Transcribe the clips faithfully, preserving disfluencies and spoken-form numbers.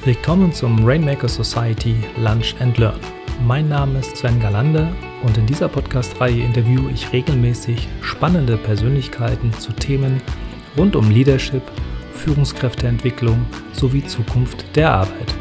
Willkommen zum Rainmaker Society Lunch and Learn. Mein Name ist Sven Galande und in dieser Podcast-Reihe interviewe ich regelmäßig spannende Persönlichkeiten zu Themen rund um Leadership, Führungskräfteentwicklung sowie Zukunft der Arbeit.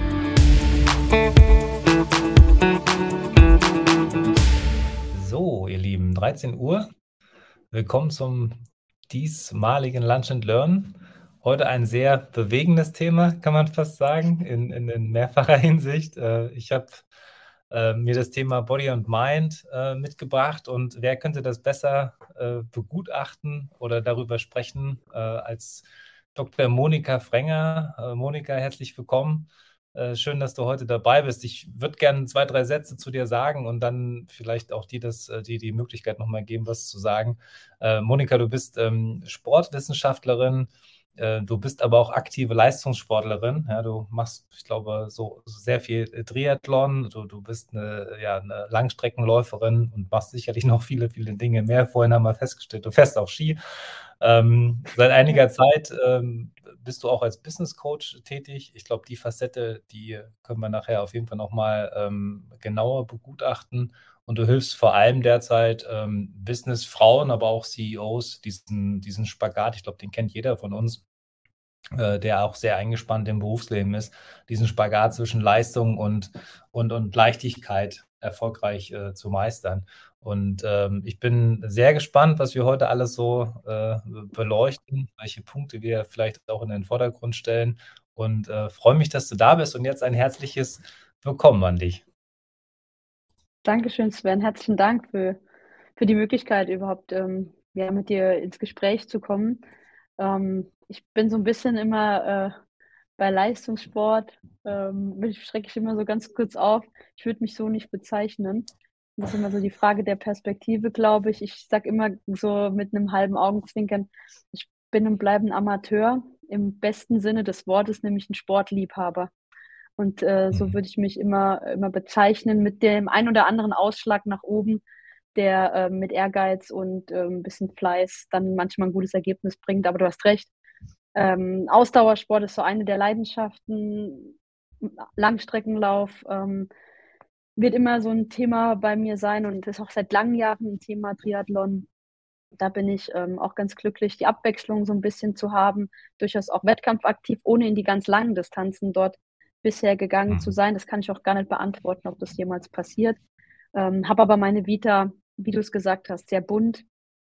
So, ihr Lieben, dreizehn Uhr. Willkommen zum diesmaligen Lunch and Learn. Heute ein sehr bewegendes Thema, kann man fast sagen, in, in, in mehrfacher Hinsicht. Äh, ich habe äh, mir das Thema Body and Mind äh, mitgebracht und wer könnte das besser äh, begutachten oder darüber sprechen äh, als Doktor Monika Frenger. Äh, Monika, herzlich willkommen. Äh, schön, dass du heute dabei bist. Ich würde gerne zwei, drei Sätze zu dir sagen und dann vielleicht auch die das, die, die Möglichkeit nochmal geben, was zu sagen. Äh, Monika, du bist ähm, Sportwissenschaftlerin. Du bist aber auch aktive Leistungssportlerin. Ja, du machst, ich glaube, so sehr viel Triathlon. Du, du bist eine, ja, eine Langstreckenläuferin und machst sicherlich noch viele, viele Dinge mehr. Vorhin haben wir festgestellt, du fährst auch Ski. Ähm, seit einiger Zeit ähm, bist du auch als Business Coach tätig. Ich glaube, die Facette, die können wir nachher auf jeden Fall nochmal ähm, genauer begutachten. Und du hilfst vor allem derzeit ähm, Businessfrauen, aber auch C E Os, diesen, diesen Spagat, ich glaube, den kennt jeder von uns, äh, der auch sehr eingespannt im Berufsleben ist, diesen Spagat zwischen Leistung und, und, und Leichtigkeit erfolgreich äh, zu meistern. Und ähm, ich bin sehr gespannt, was wir heute alles so äh, beleuchten, welche Punkte wir vielleicht auch in den Vordergrund stellen. Und äh, freue mich, dass du da bist. Und jetzt ein herzliches Willkommen an dich. Dankeschön, Sven. Herzlichen Dank für, für die Möglichkeit, überhaupt ähm, ja, mit dir ins Gespräch zu kommen. Ähm, ich bin so ein bisschen immer äh, bei Leistungssport, ähm, mich schrecke ich immer so ganz kurz auf. Ich würde mich so nicht bezeichnen. Das ist immer so die Frage der Perspektive, glaube ich. Ich sage immer so mit einem halben Augenzwinkern, ich bin und bleibe ein Amateur im besten Sinne des Wortes, nämlich ein Sportliebhaber. Und äh, so Mhm. würde ich mich immer, immer bezeichnen, mit dem ein oder anderen Ausschlag nach oben, der äh, mit Ehrgeiz und äh, ein bisschen Fleiß dann manchmal ein gutes Ergebnis bringt. Aber du hast recht. Ähm, Ausdauersport ist so eine der Leidenschaften. Langstreckenlauf ähm, wird immer so ein Thema bei mir sein und ist auch seit langen Jahren ein Thema Triathlon. Da bin ich ähm, auch ganz glücklich, die Abwechslung so ein bisschen zu haben, durchaus auch wettkampfaktiv, ohne in die ganz langen Distanzen dort bisher gegangen zu Mhm. sein. Das kann ich auch gar nicht beantworten, ob das jemals passiert. Ähm, habe aber meine Vita, wie du es gesagt hast, sehr bunt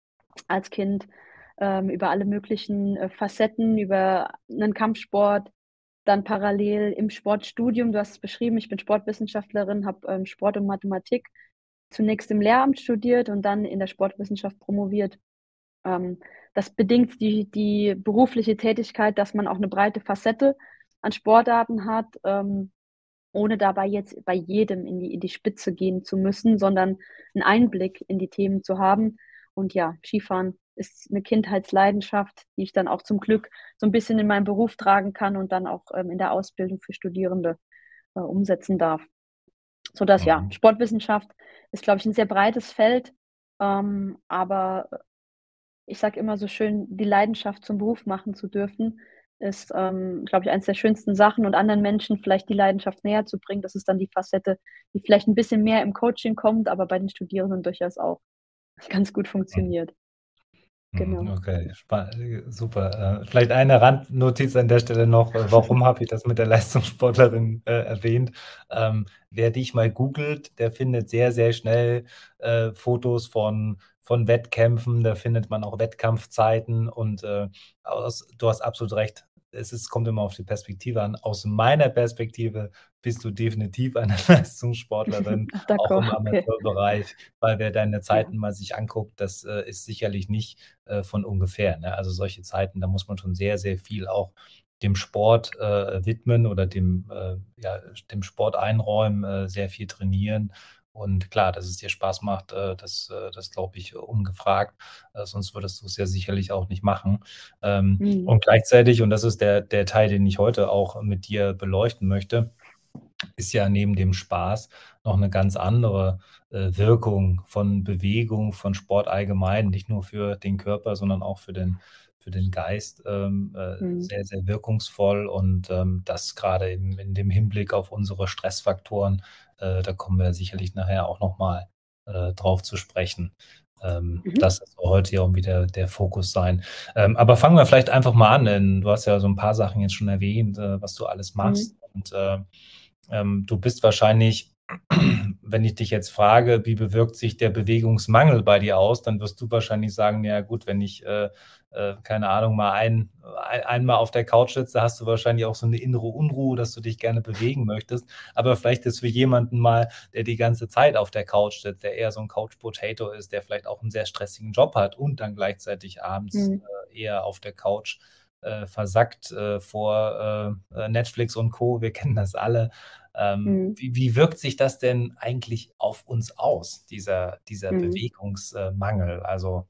als Kind, ähm, über alle möglichen äh, Facetten, über einen Kampfsport, dann parallel im Sportstudium. Du hast es beschrieben, ich bin Sportwissenschaftlerin, habe ähm, Sport und Mathematik zunächst im Lehramt studiert und dann in der Sportwissenschaft promoviert. Ähm, das bedingt die, die berufliche Tätigkeit, dass man auch eine breite Facette an Sportarten hat, ähm, ohne dabei jetzt bei jedem in die, in die Spitze gehen zu müssen, sondern einen Einblick in die Themen zu haben. Und ja, Skifahren ist eine Kindheitsleidenschaft, die ich dann auch zum Glück so ein bisschen in meinen Beruf tragen kann und dann auch ähm, in der Ausbildung für Studierende äh, umsetzen darf. Sodass ja, Mhm. Sportwissenschaft ist, glaube ich, ein sehr breites Feld, ähm, aber ich sage immer so schön, die Leidenschaft zum Beruf machen zu dürfen, ist, ähm, glaube ich, eines der schönsten Sachen und anderen Menschen vielleicht die Leidenschaft näher zu bringen. Das ist dann die Facette, die vielleicht ein bisschen mehr im Coaching kommt, aber bei den Studierenden durchaus auch ganz gut Mhm. funktioniert. Mhm. Genau. Okay, spa äh, super. Äh, vielleicht eine Randnotiz an der Stelle noch. Äh, warum habe ich das mit der Leistungssportlerin äh, erwähnt? Ähm, wer dich mal googelt, der findet sehr, sehr schnell äh, Fotos von, von Wettkämpfen. Da findet man auch Wettkampfzeiten und äh, aus, du hast absolut recht. Es ist, kommt immer auf die Perspektive an. Aus meiner Perspektive bist du definitiv eine Leistungssportlerin, auch D'accord, im okay. Amateurbereich, weil wer deine Ja. Zeiten mal sich anguckt, das äh, ist sicherlich nicht äh, von ungefähr. Ne? Also solche Zeiten, da muss man schon sehr, sehr viel auch dem Sport äh, widmen oder dem, äh, ja, dem Sport einräumen, äh, sehr viel trainieren. Und klar, dass es dir Spaß macht, äh, das, äh, das glaube ich ungefragt. Äh, sonst würdest du es ja sicherlich auch nicht machen. Ähm, Mhm. und gleichzeitig, und das ist der, der Teil, den ich heute auch mit dir beleuchten möchte, ist ja neben dem Spaß noch eine ganz andere äh, Wirkung von Bewegung, von Sport allgemein, nicht nur für den Körper, sondern auch für den für den Geist ähm, äh, Mhm. sehr, sehr wirkungsvoll und ähm, das gerade in, in dem Hinblick auf unsere Stressfaktoren, äh, da kommen wir sicherlich nachher auch nochmal äh, drauf zu sprechen. Ähm, Mhm. das soll heute ja auch wieder der Fokus sein. Ähm, aber fangen wir vielleicht einfach mal an, denn du hast ja so ein paar Sachen jetzt schon erwähnt, äh, was du alles Mhm. machst. Und äh, ähm, du bist wahrscheinlich, wenn ich dich jetzt frage, wie bewirkt sich der Bewegungsmangel bei dir aus, dann wirst du wahrscheinlich sagen, ja gut, wenn ich, äh, äh, keine Ahnung, mal ein, ein, einmal auf der Couch sitze, hast du wahrscheinlich auch so eine innere Unruhe, dass du dich gerne bewegen möchtest. Aber vielleicht ist für jemanden mal, der die ganze Zeit auf der Couch sitzt, der eher so ein Couch Potato ist, der vielleicht auch einen sehr stressigen Job hat und dann gleichzeitig abends Mhm. äh, eher auf der Couch äh, versackt äh, vor äh, Netflix und Co. Wir kennen das alle. Ähm, Mhm. wie, wie wirkt sich das denn eigentlich auf uns aus, dieser, dieser Mhm. Bewegungsmangel, also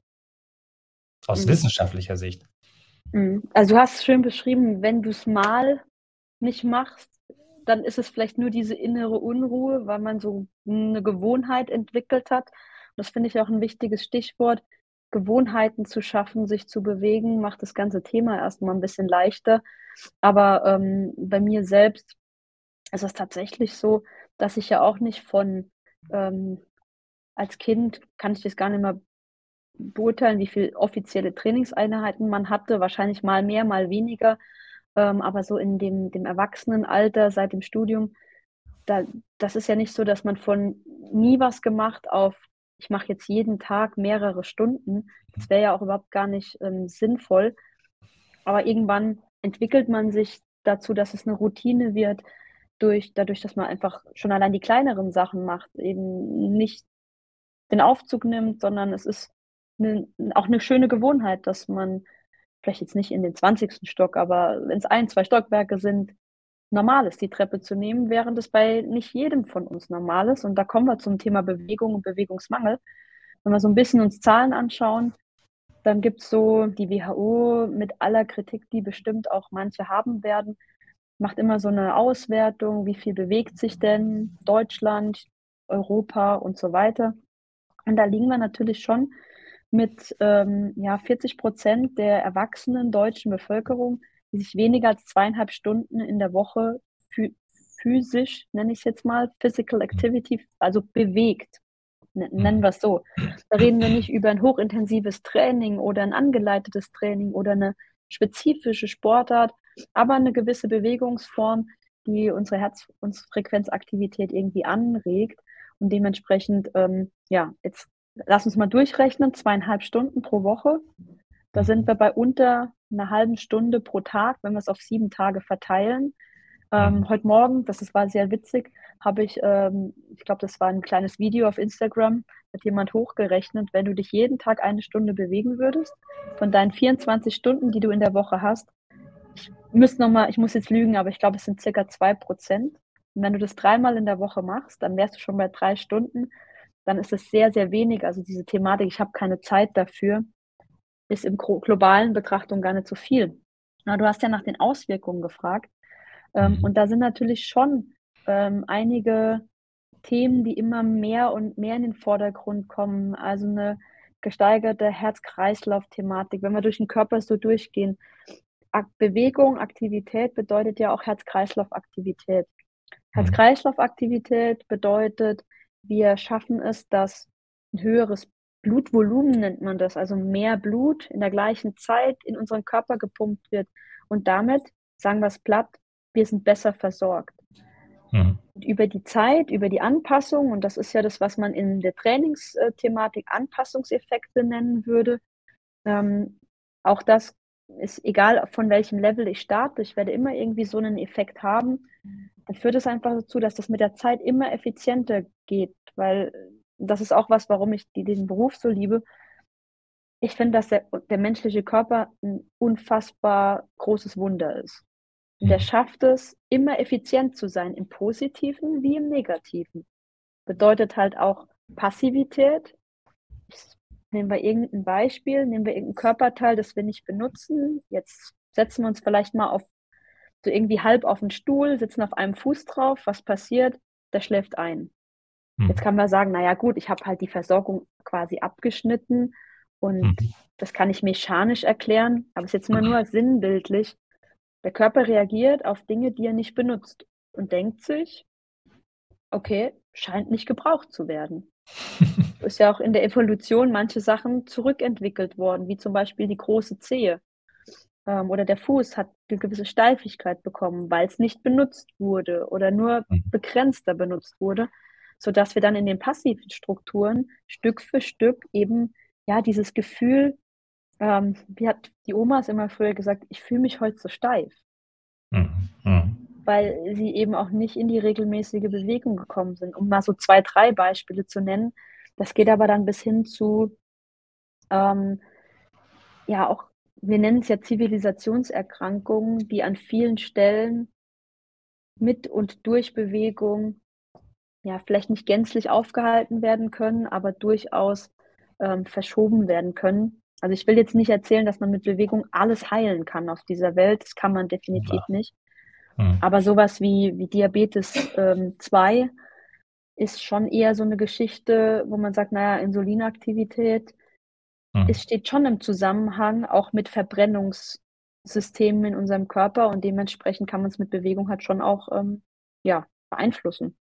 aus Mhm. wissenschaftlicher Sicht? Mhm. Also, du hast schön beschrieben, wenn du es mal nicht machst, dann ist es vielleicht nur diese innere Unruhe, weil man so eine Gewohnheit entwickelt hat. Das finde ich auch ein wichtiges Stichwort. Gewohnheiten zu schaffen, sich zu bewegen, macht das ganze Thema erst mal 'n bisschen leichter. Aber, ähm, bei mir selbst ist es tatsächlich so, dass ich ja auch nicht von ähm, als Kind kann ich das gar nicht mehr beurteilen, wie viel offizielle Trainingseinheiten man hatte, wahrscheinlich mal mehr, mal weniger. Ähm, aber so in dem dem Erwachsenenalter seit dem Studium, da das ist ja nicht so, dass man von nie was gemacht auf: „Ich mache jetzt jeden Tag mehrere Stunden.“ Das wäre ja auch überhaupt gar nicht, ähm, sinnvoll. Aber irgendwann entwickelt man sich dazu, dass es 'ne Routine wird durch dadurch, dass man einfach schon allein die kleineren Sachen macht, eben nicht den Aufzug nimmt, sondern es ist 'ne auch 'ne schöne Gewohnheit, dass man vielleicht jetzt nicht in den zwanzigsten Stock, aber wenn's ein, zwei Stockwerke sind, normal ist, die Treppe zu nehmen, während es bei nicht jedem von uns normal ist. Und da kommen wir zum Thema Bewegung und Bewegungsmangel. Wenn wir so 'n bisschen uns Zahlen anschauen, dann gibt's so die W H O mit aller Kritik, die bestimmt auch manche haben werden, macht immer so 'ne Auswertung, wie viel bewegt sich denn Deutschland, Europa und so weiter. Und da liegen wir natürlich schon mit, ähm, ja, vierzig der erwachsenen deutschen Bevölkerung, die sich weniger als zweieinhalb Stunden in der Woche phü physisch, nenne ich's jetzt mal, Physical Activity, also bewegt, ne nennen Mhm. wir's so. Da reden wir nicht über 'n hochintensives Training oder 'n angeleitetes Training oder 'ne spezifische Sportart, aber 'ne gewisse Bewegungsform, die unsere Herz und Frequenzaktivität irgendwie anregt und dementsprechend, ähm, ja, jetzt lass uns mal durchrechnen, zweieinhalb Stunden pro Woche. Da sind Mhm. wir bei unter 'ner halben Stunde pro Tag, wenn wir's auf sieben Tage verteilen. Mhm. Ähm, heute Morgen, das ist war sehr witzig, habe ich, ähm ich glaube, das war 'n kleines Video auf Instagram, hat jemand hochgerechnet, wenn du dich jeden Tag eine Stunde bewegen würdest, von deinen vierundzwanzig Stunden, die du in der Woche hast, ich müsste noch mal ich muss jetzt lügen, aber ich glaube, es sind circa zwei Prozent. Und wenn du das dreimal in der Woche machst, dann wärst du schon bei drei Stunden. Dann ist es sehr, sehr wenig. Also, diese Thematik: „Ich habe keine Zeit dafür“, ist im gro globalen Betrachtung gar nicht so viel. Na, du hast ja nach den Auswirkungen gefragt. Ähm, Mhm. und da sind natürlich schon, ähm, einige Themen, die immer mehr und mehr in den Vordergrund kommen. Also, 'ne gesteigerte Herz-Kreislauf-Thematik, wenn wir durch den Körper so durchgehen. Ak Bewegung, Aktivität bedeutet ja auch Herz-Kreislauf-Aktivität. Mhm. Herz-Kreislauf-Aktivität bedeutet, wir schaffen es, dass 'n höheres Blutvolumen nennt man das, also mehr Blut in der gleichen Zeit in unseren Körper gepumpt wird. Und damit, sagen wir's platt, wir sind besser versorgt. Mhm. Und über die Zeit, über die Anpassung, und das ist ja das, was man in der Trainings äh, Thematik Anpassungseffekte nennen würde, ähm, auch das ist egal, von welchem Level ich starte, ich werde immer irgendwie so 'nen Effekt haben. Dann führt es einfach dazu, dass das mit der Zeit immer effizienter geht, weil äh, das ist auch was, warum ich die den Beruf so liebe. Ich finde, dass der der menschliche Körper 'n unfassbar großes Wunder ist. Und der Mhm. schafft es, immer effizient zu sein, im Positiven wie im Negativen. Bedeutet halt auch Passivität. Ich nehmen wir irgend 'n Beispiel, nehmen wir irgend 'n Körperteil, das wir nicht benutzen. Jetzt setzen wir uns vielleicht mal auf so irgendwie halb auf 'n Stuhl, sitzen auf einem Fuß drauf. Was passiert? Der schläft ein. Jetzt Mhm. kann man sagen: „Na ja gut, ich habe halt die Versorgung quasi abgeschnitten Und Mhm. das kann ich mechanisch erklären, aber es ist jetzt mal nur sinnbildlich. Der Körper reagiert auf Dinge, die er nicht benutzt und denkt sich: „Okay, scheint nicht gebraucht zu werden.“ Ist ja auch in der Evolution manche Sachen zurückentwickelt worden, wie zum Beispiel die große Zehe, ähm, oder der Fuß hat 'ne gewisse Steifigkeit bekommen, weil's nicht benutzt wurde oder nur Mhm. begrenzter benutzt wurde, sodass wir dann in den passiven Strukturen Stück für Stück eben, ja, dieses Gefühl, ähm wie hat die Omas immer früher gesagt: „Ich fühle mich heute so steif.“ Mhm, mhm. Weil sie eben auch nicht in die regelmäßige Bewegung gekommen sind, um mal so zwei, drei Beispiele zu nennen. Das geht aber dann bis hin zu, ähm ja, auch wir nennen's ja Zivilisationserkrankungen, die an vielen Stellen mit und durch Bewegung, ja, vielleicht nicht gänzlich aufgehalten werden können, aber durchaus, ähm, verschoben werden können. Also, ich will jetzt nicht erzählen, dass man mit Bewegung alles heilen kann auf dieser Welt. Das kann man definitiv Klar. nicht. Mhm. Aber so was wie wie Diabetes, ähm, zwei ist schon eher so 'ne Geschichte, wo man sagt: „Na ja, Insulinaktivität, es Mhm. steht schon im Zusammenhang auch mit Verbrennungssystemen in unserem Körper und dementsprechend kann man's mit Bewegung halt schon auch, ähm, ja, beeinflussen.“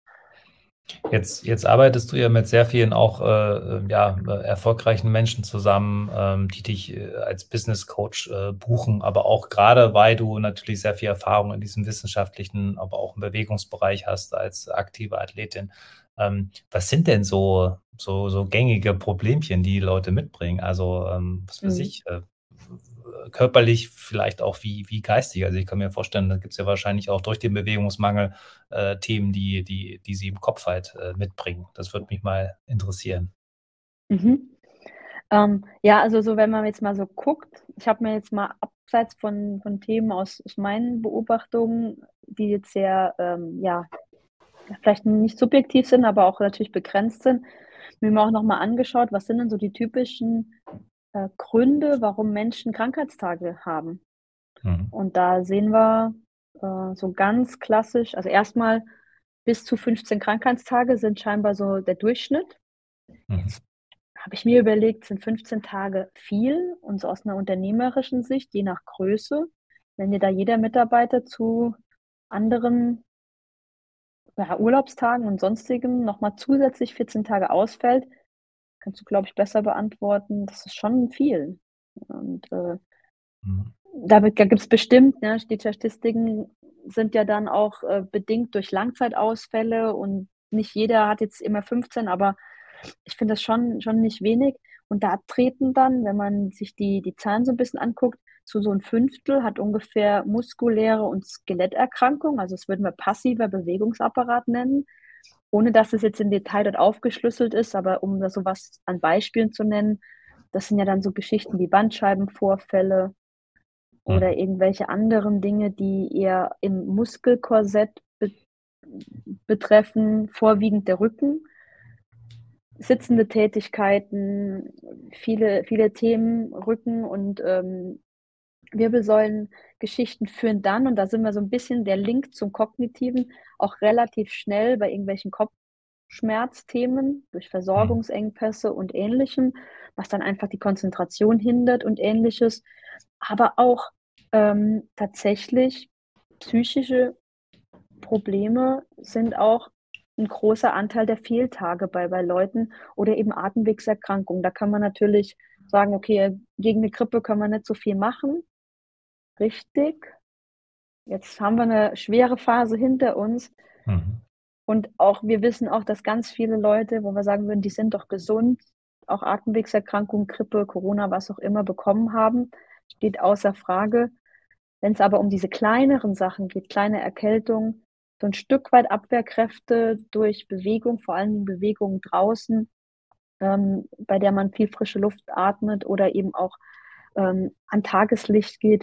Jetzt jetzt arbeitest du ja mit sehr vielen auch, äh, äh, ja, äh, erfolgreichen Menschen zusammen, ähm, die dich, äh, als Business Coach, äh, buchen, aber auch grade, weil du natürlich sehr viel Erfahrung in diesem wissenschaftlichen, aber auch im Bewegungsbereich hast als aktive Athletin. Ähm, was sind denn so so so gängige Problemchen, die Leute mitbringen? Also, ähm, was weiß Mhm. ich, äh, körperlich, vielleicht auch wie wie geistig. Also, ich kann mir vorstellen, da gibt's ja wahrscheinlich auch durch den Bewegungsmangel, äh, Themen, die die die sie im Kopf halt, äh, mitbringen. Das würde mich mal interessieren. Mhm. Ähm, ja, also so, wenn man jetzt mal so guckt ich habe mir jetzt mal abseits von von Themen aus aus meinen Beobachtungen, die jetzt sehr, ähm, ja, vielleicht nicht subjektiv sind, aber auch natürlich begrenzt sind, mir mal auch noch mal angeschaut, was sind denn so die typischen, äh, Gründe, warum Menschen Krankheitstage haben. Mhm. Und da sehen wir, äh, so ganz klassisch also erst mal bis zu fünfzehn Krankheitstage sind scheinbar so der Durchschnitt. Mhm. Jetzt habe ich mir überlegt, sind fünfzehn Tage viel? Und so aus 'ner unternehmerischen Sicht, je nach Größe, wenn dir da jeder Mitarbeiter zu anderen ja, Urlaubstagen und Sonstigem noch mal zusätzlich vierzehn Tage ausfällt, kannst du, glaube ich, besser beantworten, das ist schon viel. Und, äh Mhm. da wird da gibt's bestimmt, ne die Statistiken sind ja dann auch, äh, bedingt durch Langzeitausfälle und nicht jeder hat jetzt immer fünfzehn, aber ich finde das schon schon nicht wenig. Und da treten dann, wenn man sich die die Zahlen so 'n bisschen anguckt, so so 'n Fünftel hat ungefähr muskuläre und Skeletterkrankungen, also das würden wir passiver Bewegungsapparat nennen, ohne dass es jetzt im Detail dort aufgeschlüsselt ist, aber um da so was an Beispielen zu nennen, das sind ja dann so Geschichten wie Bandscheibenvorfälle oder Mhm. irgendwelche anderen Dinge, die eher im Muskelkorsett be betreffen, vorwiegend der Rücken. Sitzende Tätigkeiten, viele viele Themen, Rücken und, ähm, Wirbelsäulengeschichten führen dann und da sind wir so 'n bisschen der Link zum Kognitiven auch relativ schnell bei irgendwelchen Kopfschmerzthemen durch Mhm. Versorgungsengpässe und Ähnlichem, was dann einfach die Konzentration hindert und Ähnliches. Aber auch, ähm, tatsächlich psychische Probleme sind auch 'n großer Anteil der Fehltage bei bei Leuten oder eben Atemwegserkrankungen. Da kann man natürlich sagen: „Okay, gegen 'ne Grippe können wir nicht so viel machen.“ Richtig. Jetzt haben wir 'ne schwere Phase hinter uns. Mhm. Und auch wir wissen auch, dass ganz viele Leute, wo wir sagen würden, die sind doch gesund, auch Atemwegserkrankungen, Grippe, Corona, was auch immer bekommen haben, steht außer Frage. Wenn's aber um diese kleineren Sachen geht, kleine Erkältungen, so 'n Stück weit Abwehrkräfte durch Bewegung, vor allen Dingen Bewegung draußen, ähm, bei der man viel frische Luft atmet oder eben auch, ähm, an Tageslicht geht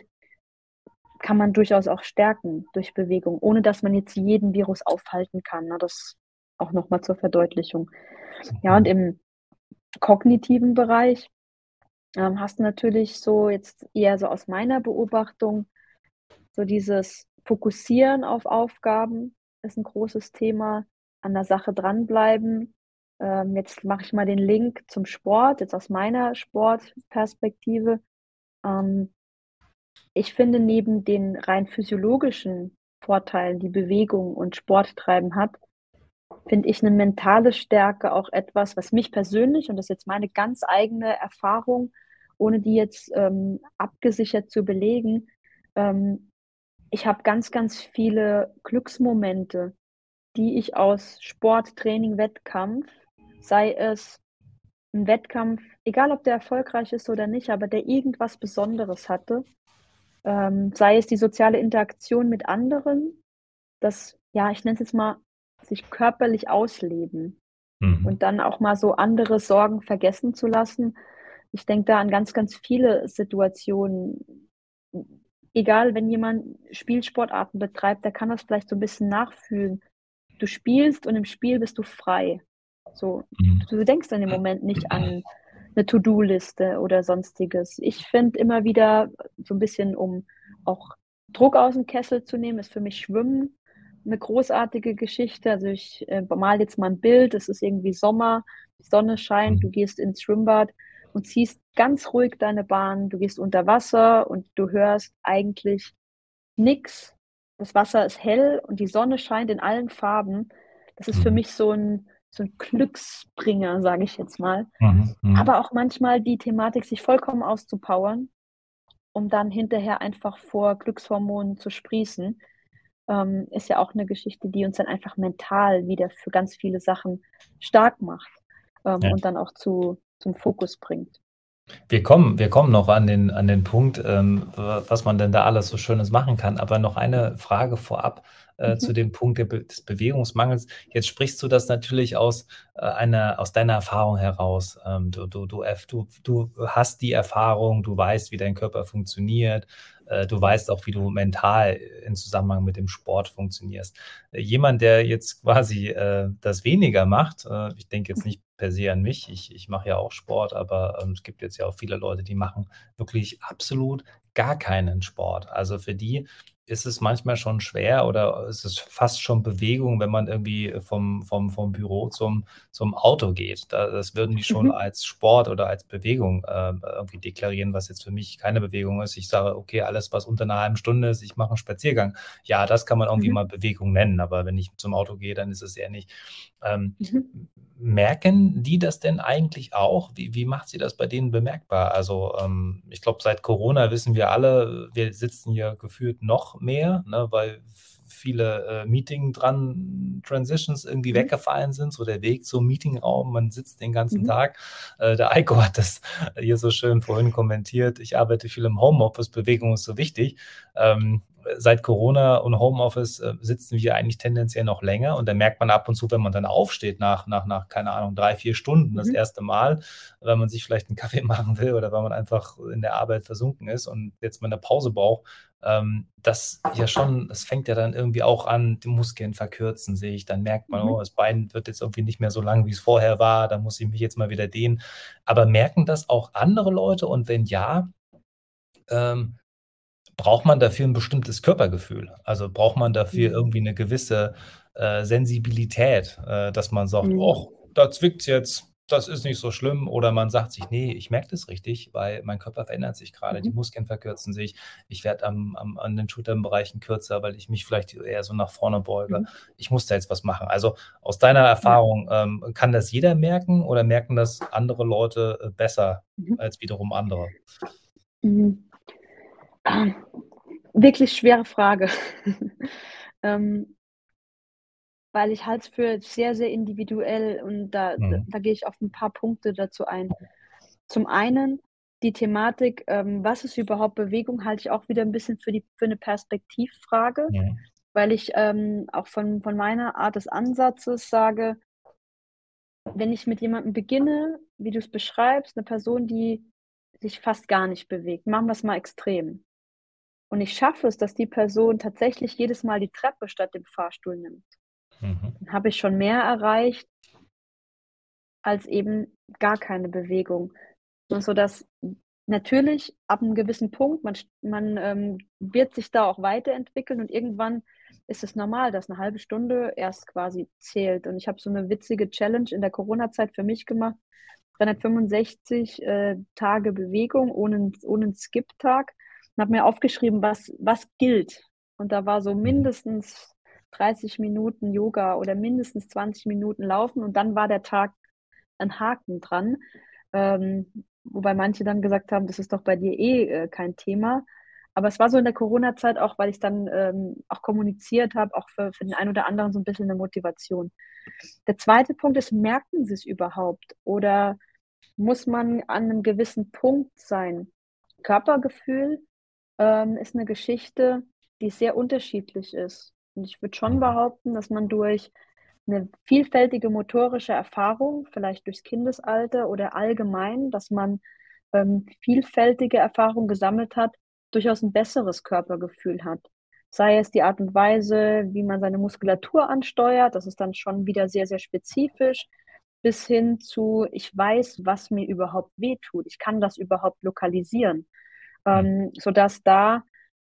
kann man durchaus auch stärken durch Bewegung, ohne dass man jetzt jeden Virus aufhalten kann, ne? Das auch noch mal zur Verdeutlichung. Ja, und Mhm. im kognitiven Bereich, ähm, hast du natürlich so jetzt eher so aus meiner Beobachtung so dieses Fokussieren auf Aufgaben ist 'n großes Thema, an der Sache dranbleiben. Ähm, jetzt mache ich mal den Link zum Sport, jetzt aus meiner Sportperspektive. Ähm, ich finde, neben den rein physiologischen Vorteilen, die Bewegung und Sport treiben hat, finde ich 'ne mentale Stärke auch etwas, was mich persönlich, und das ist jetzt meine ganz eigene Erfahrung, ohne die jetzt, ähm, abgesichert zu belegen, ähm ich habe ganz, ganz viele Glücksmomente, die ich aus Sport, Training, Wettkampf, sei es 'n Wettkampf, egal ob der erfolgreich ist oder nicht, aber der irgendwas Besonderes hatte, ähm, sei es die soziale Interaktion mit anderen, das, ja, ich nenne es jetzt mal, sich körperlich ausleben Mhm. und dann auch mal so andere Sorgen vergessen zu lassen. Ich denke da an ganz, ganz viele Situationen. Egal, wenn jemand Spielsportarten betreibt, der kann das vielleicht so 'n bisschen nachfühlen. Du spielst und im Spiel bist du frei. So, Mhm. du denkst in dem Moment nicht an 'ne To-do-Liste oder Sonstiges. Ich finde immer wieder so 'n bisschen, um auch Druck aus'm Kessel zu nehmen, ist für mich Schwimmen 'ne großartige Geschichte. Also, ich, äh, male jetzt mal 'n Bild. Es ist irgendwie Sommer, die Sonne scheint, Mhm. du gehst ins Schwimmbad und ziehst ganz ruhig deine Bahn. Du gehst unter Wasser und du hörst eigentlich nix. Das Wasser ist hell und die Sonne scheint in allen Farben. Das ist für Mhm. mich so 'n so 'n Glücksbringer, sage ich jetzt mal. Mhm, mhm. Aber auch manchmal die Thematik, sich vollkommen auszupowern, um dann hinterher einfach vor Glückshormonen zu sprießen, ähm, ist ja auch 'ne Geschichte, die uns dann einfach mental wieder für ganz viele Sachen stark macht, ähm, Ja. und dann auch zu zum Fokus bringt. Wir kommen wir kommen noch an den an den Punkt, ähm, wa was man denn da alles so Schönes machen kann. Aber noch eine Frage vorab, äh, zu Mhm. dem Punkt der Be des Bewegungsmangels. Jetzt sprichst du das natürlich aus, äh, einer aus deiner Erfahrung heraus. Ähm, du du du erf du du hast die Erfahrung, du weißt, wie dein Körper funktioniert, äh, du weißt auch, wie du mental in Zusammenhang mit dem Sport funktionierst. Jemand, der jetzt quasi, äh, das weniger macht, äh, ich denke jetzt nicht per se an mich, ich ich mache ja auch Sport, aber, ähm, es gibt jetzt ja auch viele Leute, die machen wirklich absolut gar keinen Sport. Also, für die ist es manchmal schon schwer oder es ist fast schon Bewegung, wenn man irgendwie vom vom vom Büro zum zum Auto geht. Da das würden die schon Mhm. als Sport oder als Bewegung, ähm, irgendwie deklarieren, was jetzt für mich keine Bewegung ist. Ich sage: „Okay, alles, was unter 'ner halben Stunde ist, ich mache 'n Spaziergang.“ Ja, das kann man irgendwie Mhm. mal Bewegung nennen, aber wenn ich zum Auto gehe, dann ist es eher nicht. Ähm, Mhm. m merken die das denn eigentlich auch? Wie wie macht sie das bei denen bemerkbar? Also, ähm, ich glaube, seit Corona wissen wir alle, wir sitzen hier gefühlt noch mehr, ne, weil v viele, äh, Meeting dran Transitions irgendwie Mhm. weggefallen sind, so der Weg zum Meetingraum. Man sitzt den ganzen Mhm. Tag. Äh, der Eiko hat das hier so schön vorhin kommentiert: „Ich arbeite viel im Homeoffice, Bewegung ist so wichtig.“ Ähm, seit Corona und Homeoffice, äh, sitzen wir eigentlich tendenziell noch länger und dann merkt man ab und zu, wenn man dann aufsteht nach nach nach, keine Ahnung, drei, vier Stunden das Mhm. erste Mal, wenn man sich vielleicht 'n Kaffee machen will oder weil man einfach in der Arbeit versunken ist und jetzt mal 'ne Pause braucht, ähm, das ja schon es fängt ja dann irgendwie auch an, die Muskeln verkürzen sich. Dann merkt man: „Oh, Mhm. das Bein wird jetzt irgendwie nicht mehr so lang, wie's vorher war, da muss ich mich jetzt mal wieder dehnen.“ Aber merken das auch andere Leute und wenn ja, ähm, braucht man dafür 'n bestimmtes Körpergefühl? Also, braucht man dafür Mhm. irgendwie 'ne gewisse, äh, Sensibilität, äh, dass man sagt: Mhm. „Och, da zwickt's jetzt, das ist nicht so schlimm.“ Oder man sagt sich: „Ne, ich merke das richtig, weil mein Körper verändert sich grade, die Mhm. Muskeln verkürzen sich. Ich werde am am an den Schulternbereichen kürzer, weil ich mich vielleicht eher so nach vorne beuge. Mhm. Ich muss da jetzt was machen.“ Also, aus deiner Ja. Erfahrung, ähm, kann das jeder merken oder merken das andere Leute, äh, besser Mhm. als wiederum andere? Mhm. Wirklich schwere Frage. Ähm weil ich halte es für sehr, sehr individuell und da da Mhm. da gehe ich auf 'n paar Punkte dazu ein. Zum einen die Thematik, ähm, was ist überhaupt Bewegung, halte ich auch wieder 'n bisschen für die für 'ne Perspektivfrage, Mhm. weil ich, ähm, auch von von meiner Art des Ansatzes sage wenn ich mit jemandem beginne, wie du's beschreibst, 'ne Person, die sich fast gar nicht bewegt, machen wir's mal extrem. Und ich schaffe es, dass die Person tatsächlich jedes Mal die Treppe statt dem Fahrstuhl nimmt. Mhm. Dann habe ich schon mehr erreicht als eben gar keine Bewegung. Und so dass natürlich ab 'nem gewissen Punkt, man st man, ähm, wird sich da auch weiterentwickeln und irgendwann ist es normal, dass eine halbe Stunde erst quasi zählt. Und ich habe so eine witzige Challenge in der Corona-Zeit für mich gemacht. dreihundertfünfundsechzig äh, Tage Bewegung ohne, ohne einen Skip-Tag und habe mir aufgeschrieben, was, was gilt. Und da war so Mhm. mindestens dreißig Minuten Yoga oder mindestens zwanzig Minuten Laufen und dann war der Tag ein Haken dran. Ähm, wobei manche dann gesagt haben, das ist doch bei dir eh äh, kein Thema. Aber es war so in der Corona-Zeit auch, weil ich dann ähm, auch kommuniziert habe, auch für, für den einen oder anderen so ein bisschen eine Motivation. Der zweite Punkt ist, merken Sie es überhaupt? Oder muss man an einem gewissen Punkt sein? Körpergefühl ähm, ist eine Geschichte, die sehr unterschiedlich ist. Und ich würde schon Mhm. behaupten, dass man durch eine vielfältige motorische Erfahrung, vielleicht durchs Kindesalter oder allgemein, dass man ähm, vielfältige Erfahrungen gesammelt hat, durchaus ein besseres Körpergefühl hat. Sei es die Art und Weise, wie man seine Muskulatur ansteuert, das ist dann schon wieder sehr, sehr spezifisch, bis hin zu, ich weiß, was mir überhaupt wehtut. Ich kann das überhaupt lokalisieren, Mhm. ähm, sodass da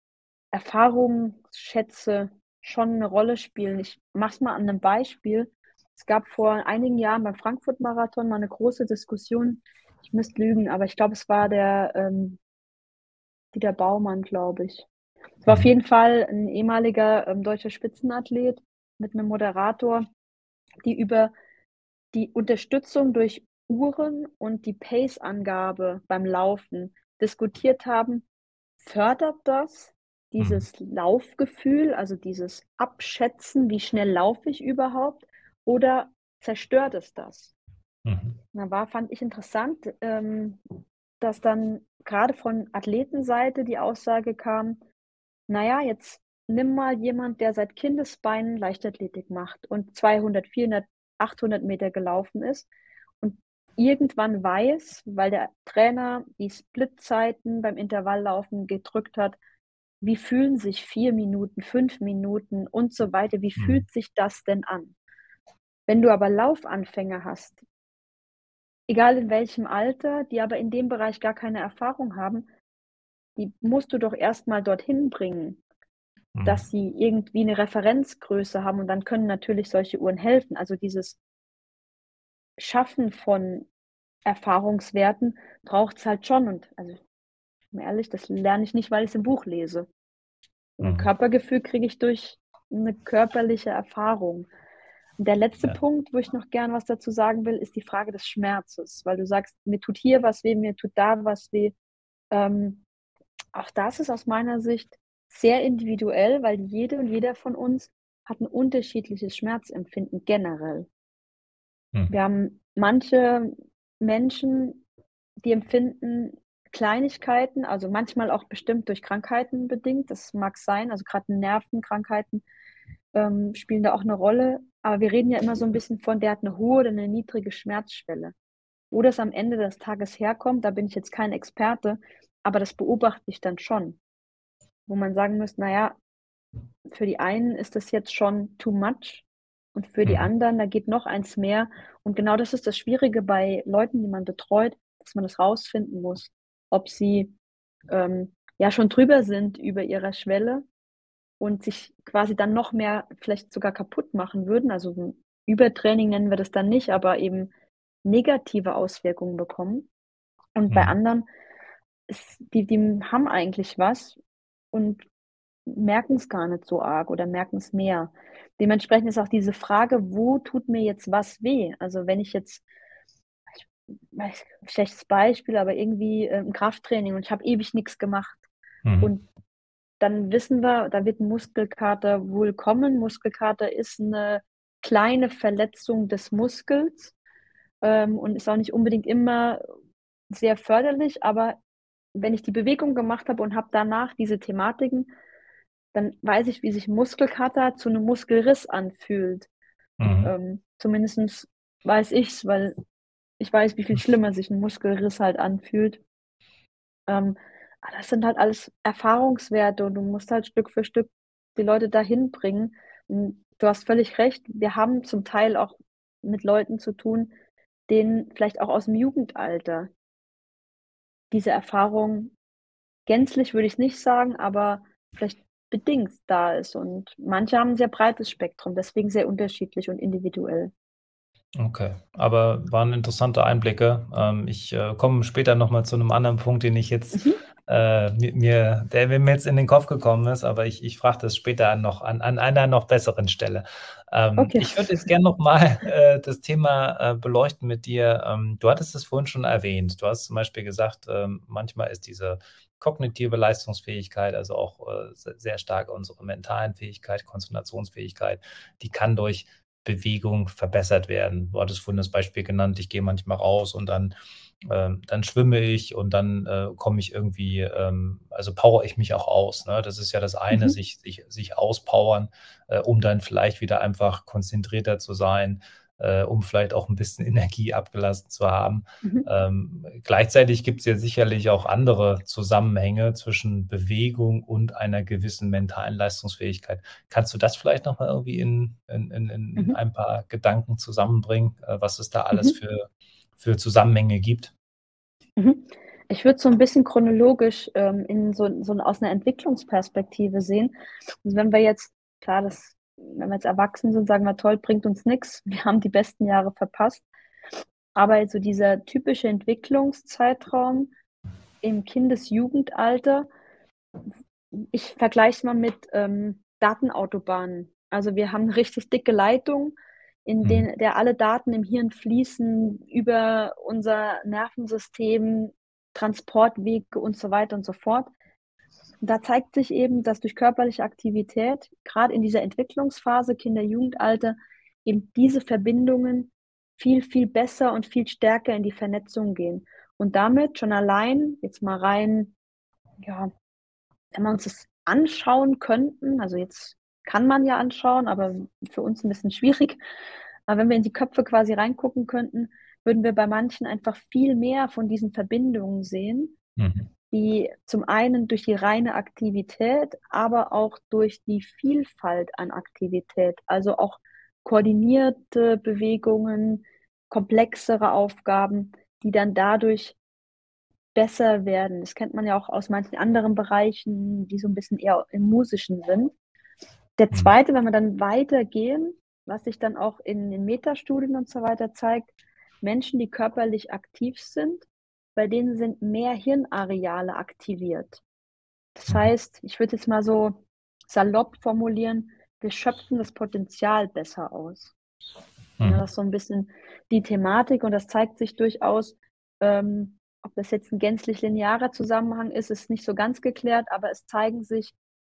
Erfahrungsschätze schon eine Rolle spielen. Ich mache es mal an einem Beispiel. Es gab vor einigen Jahren beim Frankfurt-Marathon mal eine große Diskussion. Ich müsste lügen, aber ich glaube, es war der ähm, Dieter Baumann, glaube ich. Es war auf Mhm. jeden Fall ein ehemaliger ähm, deutscher Spitzenathlet mit einem Moderator, die über die Unterstützung durch Uhren und die Pace-Angabe beim Laufen diskutiert haben. Fördert das Mhm. dieses Laufgefühl, also dieses Abschätzen, wie schnell laufe ich überhaupt, oder zerstört es das? Mhm. Da war, fand ich interessant, ähm, dass dann gerade von Athletenseite die Aussage kam, naja, jetzt nimm mal jemand, der seit Kindesbeinen Leichtathletik macht und zweihundert, vierhundert, achthundert Meter gelaufen ist und irgendwann weiß, weil der Trainer die Splitzeiten beim Intervalllaufen gedrückt hat, wie fühlen sich vier Minuten, fünf Minuten und so weiter, wie Mhm. fühlt sich das denn an? Wenn du aber Laufanfänger hast, egal in welchem Alter, die aber in dem Bereich gar keine Erfahrung haben, die musst du doch erst mal dorthin bringen, Mhm. dass sie irgendwie eine Referenzgröße haben und dann können natürlich solche Uhren helfen. Also, dieses Schaffen von Erfahrungswerten braucht's halt schon und also, ich bin ehrlich, das lerne ich nicht, weil ich's im Buch lese. 'N Mhm. Körpergefühl kriege ich durch 'ne körperliche Erfahrung. Und der letzte Ja. Punkt, wo ich noch gern was dazu sagen will, ist die Frage des Schmerzes, weil du sagst: „Mir tut hier was weh, mir tut da was weh.“ Ähm, auch das ist aus meiner Sicht sehr individuell, weil jede und jeder von uns hat 'n unterschiedliches Schmerzempfinden generell. Mhm. Wir haben manche Menschen, die empfinden Kleinigkeiten, also manchmal auch bestimmt durch Krankheiten bedingt, das mag sein, also grad Nervenkrankheiten, ähm, spielen da auch 'ne Rolle. Aber wir reden ja immer so 'n bisschen von, der hat 'ne hohe oder 'ne niedrige Schmerzschwelle. Wo das am Ende des Tages herkommt, da bin ich jetzt kein Experte, aber das beobachte ich dann schon, wo man sagen muss: „Na ja, für die einen ist das jetzt schon too much und für die Mhm. anderen, da geht noch eins mehr.“ Und genau das ist das Schwierige bei Leuten, die man betreut, dass man das rausfinden muss, ob sie, ähm, ja schon drüber sind über ihrer Schwelle und sich quasi dann noch mehr vielleicht sogar kaputt machen würden. Also, hm, Übertraining nennen wir das dann nicht, aber eben negative Auswirkungen bekommen. Und bei Mhm. anderen ist die die haben eigentlich was und merken's gar nicht so arg oder merken's mehr. Dementsprechend ist auch diese Frage: „Wo tut mir jetzt was weh?“ Also, wenn ich jetzt ich weiß schlechtes Beispiel, aber irgendwie, ähm, Krafttraining und ich habe ewig nix gemacht. Mhm. Und dann wissen wir, da wird 'n Muskelkater wohl kommen. Muskelkater ist 'ne kleine Verletzung des Muskels, ähm, und ist auch nicht unbedingt immer sehr förderlich, aber wenn ich die Bewegung gemacht habe und habe danach diese Thematiken, dann weiß ich, wie sich 'n Muskelkater zu 'nem Muskelriss anfühlt. Mhm. Ähm, zumindestens weiß ich's, weil ich weiß, wie viel schlimmer sich 'n Muskelriss halt anfühlt. Ähm, aber das sind halt alles Erfahrungswerte und du musst halt Stück für Stück die Leute dahin bringen. Und du hast völlig recht, wir haben zum Teil auch mit Leuten zu tun, denen vielleicht auch aus'm Jugendalter diese Erfahrung gänzlich würde ich's nicht sagen, aber vielleicht bedingt da ist. Und manche haben 'n sehr breites Spektrum, deswegen sehr unterschiedlich und individuell. Okay, aber waren interessante Einblicke. Ähm, ich, äh, komme später noch mal zu 'nem anderen Punkt, den ich jetzt, Mhm. äh, mi mir der mir jetzt in den Kopf gekommen ist, aber ich ich frage das später an noch an an einer noch besseren Stelle. Ähm, Okay. ich würde jetzt gern noch mal, äh, das Thema, äh, beleuchten mit dir. Ähm, du hattest es vorhin schon erwähnt. Du hast zum Beispiel gesagt, ähm, manchmal ist diese kognitive Leistungsfähigkeit, also auch, äh, se sehr stark unsere mentalen Fähigkeit, Konzentrationsfähigkeit, die kann durch Bewegung verbessert werden. Du hattest vorhin das Beispiel genannt, ich gehe manchmal raus und dann ähm, dann schwimme ich und dann, äh, komme ich irgendwie ähm, also powere ich mich auch aus, ne? Das ist ja das eine, Mhm. sich sich sich auspowern, äh, um dann vielleicht wieder einfach konzentrierter zu sein, äh, um vielleicht auch 'n bisschen Energie abgelassen zu haben. Mhm. Ähm, gleichzeitig gibt's ja sicherlich auch andere Zusammenhänge zwischen Bewegung und einer gewissen mentalen Leistungsfähigkeit. Kannst du das vielleicht noch mal irgendwie in in in in Mhm. ein paar Gedanken zusammenbringen, äh, was es da alles Mhm. für für Zusammenhänge gibt? Mhm. Ich würde so 'n bisschen chronologisch, ähm, in so 'n so 'n aus 'ner Entwicklungsperspektive sehen. Also, wenn wir jetzt klar, das wenn wir jetzt erwachsen sind, sagen wir: „Toll, bringt uns nix. Wir haben die besten Jahre verpasst.“ Aber also dieser typische Entwicklungszeitraum im Kindes-Jugendalter, ich vergleiche es mal mit, ähm, Datenautobahnen. Also, wir haben 'ne richtig dicke Leitung, in Mhm. den der alle Daten im Hirn fließen über unser Nervensystem, Transportwege und so weiter und so fort. Da zeigt sich eben, dass durch körperliche Aktivität, grad in dieser Entwicklungsphase, Kinder-Jugendalter, eben diese Verbindungen viel, viel besser und viel stärker in die Vernetzung gehen. Und damit schon allein jetzt mal rein ja, wenn wir uns das anschauen könnten also, jetzt kann man ja anschauen, aber für uns 'n bisschen schwierig. Aber wenn wir in die Köpfe quasi reingucken könnten, würden wir bei manchen einfach viel mehr von diesen Verbindungen sehen, Mhm. die zum einen durch die reine Aktivität, aber auch durch die Vielfalt an Aktivität, also auch koordinierte Bewegungen, komplexere Aufgaben, die dann dadurch besser werden. Das kennt man ja auch aus manchen anderen Bereichen, die so 'n bisschen eher im Musischen sind. Der Mhm. zweite, wenn wir dann weitergehen, was sich dann auch in den Metastudien und so weiter zeigt, Menschen, die körperlich aktiv sind, bei denen sind mehr Hirnareale aktiviert. Das Mhm. heißt, ich würde jetzt mal so salopp formulieren, wir schöpfen das Potenzial besser aus. Ja, Mhm. das ist so 'n bisschen die Thematik und das zeigt sich durchaus, ähm, ob das jetzt 'n gänzlich linearer Zusammenhang ist, ist nicht so ganz geklärt, aber es zeigen sich,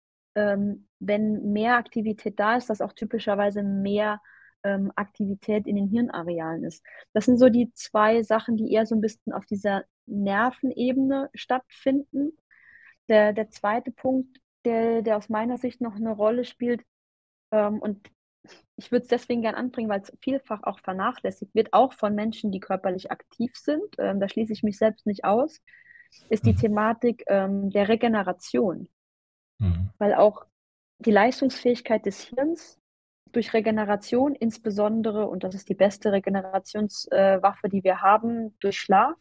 ähm, wenn mehr Aktivität da ist, dass auch typischerweise mehr, ähm, Aktivität in den Hirnarealen ist. Das sind so die zwei Sachen, die eher so 'n bisschen auf dieser Nervenebene stattfinden. Der der zweite Punkt, der der aus meiner Sicht noch 'ne Rolle spielt, ähm, und ich würde es deswegen gern anbringen, weil's vielfach auch vernachlässigt wird, auch von Menschen, die körperlich aktiv sind, ähm, da schließe ich mich selbst nicht aus, ist die Mhm. Thematik, ähm, der Regeneration. Mhm. Weil auch die Leistungsfähigkeit des Hirns durch Regeneration insbesondere und das ist die beste Regenerations äh, Waffe, die wir haben, durch Schlaf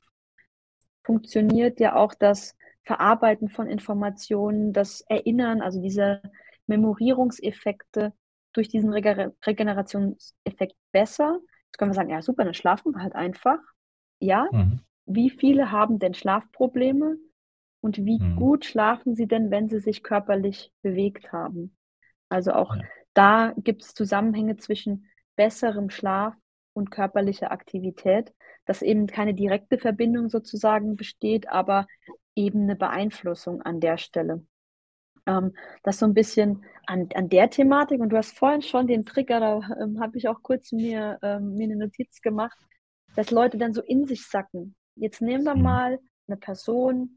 funktioniert ja auch das Verarbeiten von Informationen, das Erinnern, also diese Memorierungseffekte durch diesen Regere Regenerationseffekt besser. Jetzt können wir sagen: „Ja super, dann schlafen wir halt einfach.“ Ja, Mhm. wie viele haben denn Schlafprobleme und wie Mhm. gut schlafen sie denn, wenn sie sich körperlich bewegt haben? Also, auch Ja. da gibt's Zusammenhänge zwischen besserem Schlaf und körperlicher Aktivität, dass eben keine direkte Verbindung sozusagen besteht, aber eben 'ne Beeinflussung an der Stelle. Ähm, das so 'n bisschen an an der Thematik und du hast vorhin schon den Trigger, da, ähm, habe ich auch kurz mir ähm, mir 'ne Notiz gemacht, dass Leute dann so in sich sacken. Jetzt nehmen wir Mhm. mal 'ne Person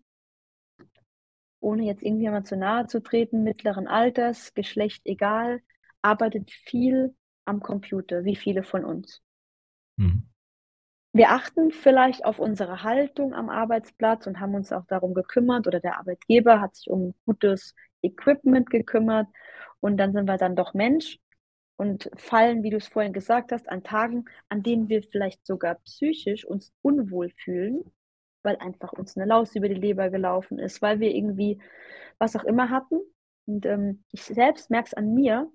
ohne jetzt irgendjemand zu nahe zu treten, mittleren Alters, Geschlecht egal, arbeitet viel am Computer, wie viele von uns. Mhm. Wir achten vielleicht auf unsere Haltung am Arbeitsplatz und haben uns auch darum gekümmert oder der Arbeitgeber hat sich um gutes Equipment gekümmert und dann sind wir dann doch Mensch und fallen, wie du's vorhin gesagt hast, an Tagen, an denen wir vielleicht sogar psychisch uns unwohl fühlen, weil einfach uns 'ne Laus über die Leber gelaufen ist, weil wir irgendwie was auch immer hatten. Und, ähm, ich selbst merke es an mir,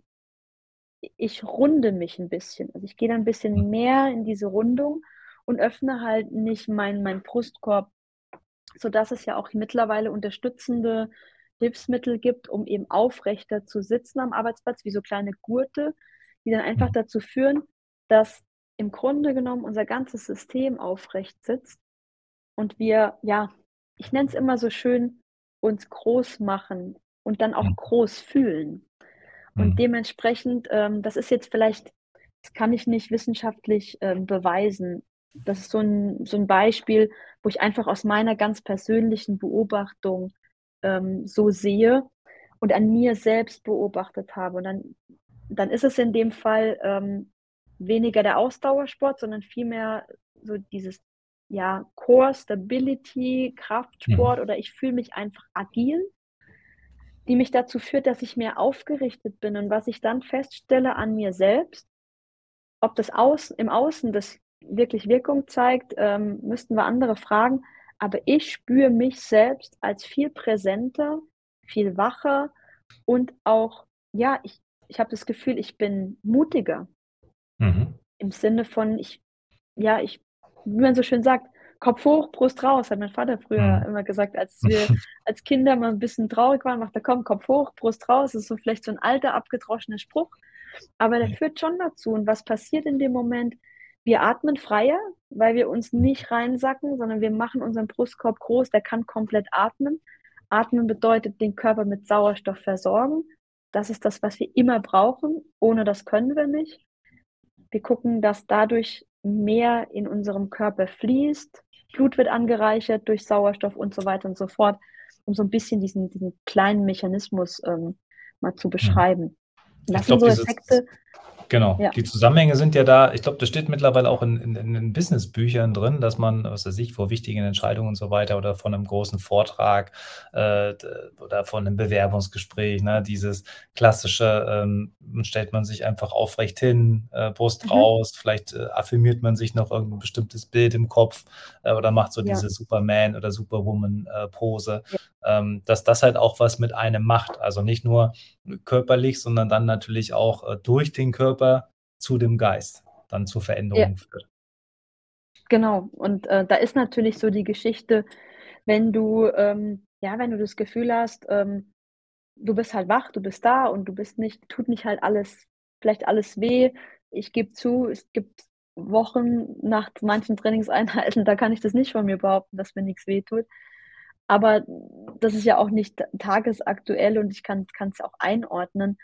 i ich runde mich 'n bisschen. Also, ich gehe da 'n Mhm. bisschen mehr in diese Rundung und öffne halt nicht meinen meinen Brustkorb, sodass es ja auch mittlerweile unterstützende Hilfsmittel gibt, um eben aufrechter zu sitzen am Arbeitsplatz, wie so kleine Gurte, die dann einfach Mhm. dazu führen, dass im Grunde genommen unser ganzes System aufrecht sitzt und wir, ja, ich nenne es immer so schön, uns groß machen und dann auch Mhm. groß fühlen. Und Mhm. dementsprechend, ähm, das ist jetzt vielleicht das kann ich nicht wissenschaftlich, ähm, beweisen. Das ist so 'n so 'n Beispiel, wo ich einfach aus meiner ganz persönlichen Beobachtung, ähm, so sehe und an mir selbst beobachtet habe. Und dann dann ist es in dem Fall, ähm, weniger der Ausdauersport, sondern vielmehr so dieses, ja, Core Stability, Mhm. Kraftsport oder ich fühle mich einfach agil die mich dazu führt, dass ich mehr aufgerichtet bin. Und was ich dann feststelle an mir selbst, ob das Auß im Außen das wirklich Wirkung zeigt, ähm, müssten wir andere fragen, aber ich spüre mich selbst als viel präsenter, viel wacher und auch ja, ich ich habe das Gefühl, ich bin mutiger. Mhm. Im Sinne von ich ja, ich wie man so schön sagt: „Kopf hoch, Brust raus“, hat mein Vater früher Mhm. immer gesagt, als wir als Kinder mal 'n bisschen traurig waren, macht er: „Komm, Kopf hoch, Brust raus.“ Das ist so vielleicht so 'n alter, abgedroschener Spruch, aber der Ja. führt schon dazu. Und was passiert in dem Moment? Wir atmen freier, weil wir uns Mhm. nicht reinsacken, sondern wir machen unseren Brustkorb groß, der kann komplett atmen. Atmen bedeutet, den Körper mit Sauerstoff versorgen. Das ist das, was wir immer brauchen. Ohne das können wir nicht. Wir gucken, dass dadurch mehr in unserem Körper fließt. Blut wird angereichert durch Sauerstoff und so weiter und so fort, um so 'n bisschen diesen diesen kleinen Mechanismus, ähm, mal zu Mhm. beschreiben. Und Ich das sind glaube, so dieses Effekte genau, ja. die Zusammenhänge sind ja da. Ich glaube, das steht mittlerweile auch in in in in Business-Büchern drin, dass man, was weiß ich, vor wichtigen Entscheidungen und so weiter oder vor 'nem großen Vortrag, äh, d oder vor 'nem Bewerbungsgespräch, ne, dieses klassische, ähm, stellt man sich einfach aufrecht hin, äh, Brust Mhm. raus, vielleicht, äh, affirmiert man sich noch irgend 'n bestimmtes Bild im Kopf, äh, oder macht so Ja. diese Superman oder Superwoman, äh, Pose, Ja. ähm, dass das halt auch was mit einem macht. Also, nicht nur körperlich, sondern dann natürlich auch, äh, durch den Körper zu dem Geist dann zu Ja. Veränderungen führt. Genau. Und, äh, da ist natürlich so die Geschichte, wenn du, ähm ja, wenn du das Gefühl hast, ähm, du bist halt wach, du bist da und du bist nicht tut nicht halt alles vielleicht alles weh. Ich gebe zu, es gibt Wochen nach manchen Trainingseinheiten, da kann ich das nicht von mir behaupten, dass mir nix wehtut. Aber das ist ja auch nicht t tagesaktuell und ich kann kann's auch einordnen.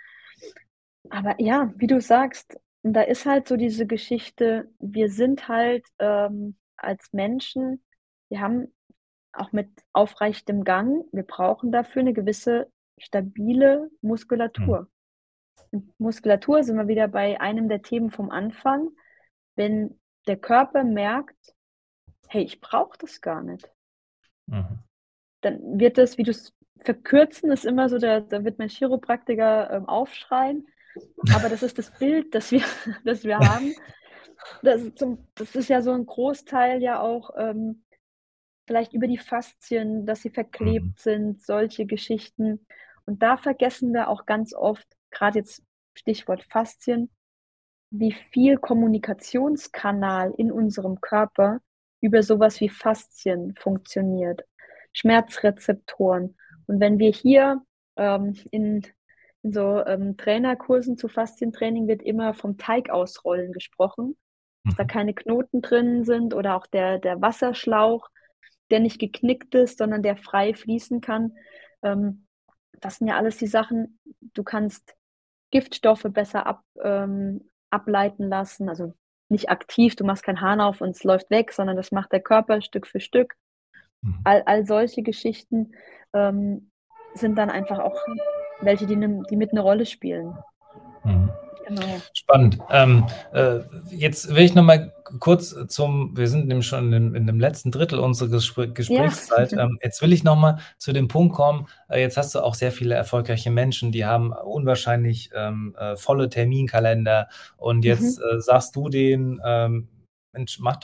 Aber ja, wie du sagst, da ist halt so diese Geschichte, wir sind halt, ähm, als Menschen wir haben auch mit aufrechtem Gang wir brauchen dafür 'ne gewisse stabile Mhm. Muskulatur. Und Muskulatur sind wir wieder bei einem der Themen vom Anfang. Wenn der Körper merkt: „Hey, ich brauche das gar nicht“ Mhm. dann wird das, wie du's verkürzen ist immer so der da wird mein Chiropraktiker, ähm, aufschreien. Aber das ist das Bild, das wir das wir haben. Das ist zum das ist ja so 'n Großteil ja auch, ähm, vielleicht über die Faszien, dass sie Mhm. verklebt sind, solche Geschichten. Und da vergessen wir auch ganz oft, grad jetzt Stichwort Faszien, wie viel Kommunikationskanal in unserem Körper über so was wie Faszien funktioniert, Schmerzrezeptoren. Und wenn wir hier, ähm, in in so, ähm, Trainerkursen zu Faszientraining wird immer vom Teig ausrollen gesprochen, dass da Mhm. keine Knoten drin sind oder auch der der Wasserschlauch, der nicht geknickt ist, sondern der frei fließen kann. Ähm, das sind ja alles die Sachen du kannst Giftstoffe besser ab ähm, ableiten lassen, also nicht aktiv, du machst keinen Hahn auf und es läuft weg, sondern das macht der Körper Stück für Stück. Mhm. All all solche Geschichten, ähm, sind dann einfach auch welche, die 'ne die mit 'ne Rolle spielen. Mhm. Genau. Spannend. Ähm, äh, jetzt will ich noch mal k kurz zum wir sind nämlich schon in in dem letzten Drittel unserer Gespr Ja. Gesprächszeit. Ähm, jetzt will ich noch mal zu dem Punkt kommen, äh, jetzt hast du auch sehr viele erfolgreiche Menschen, die haben unwahrscheinlich, ähm, äh, volle Terminkalender und jetzt, Mhm. äh, sagst du denen, ähm: „Mensch, mach doch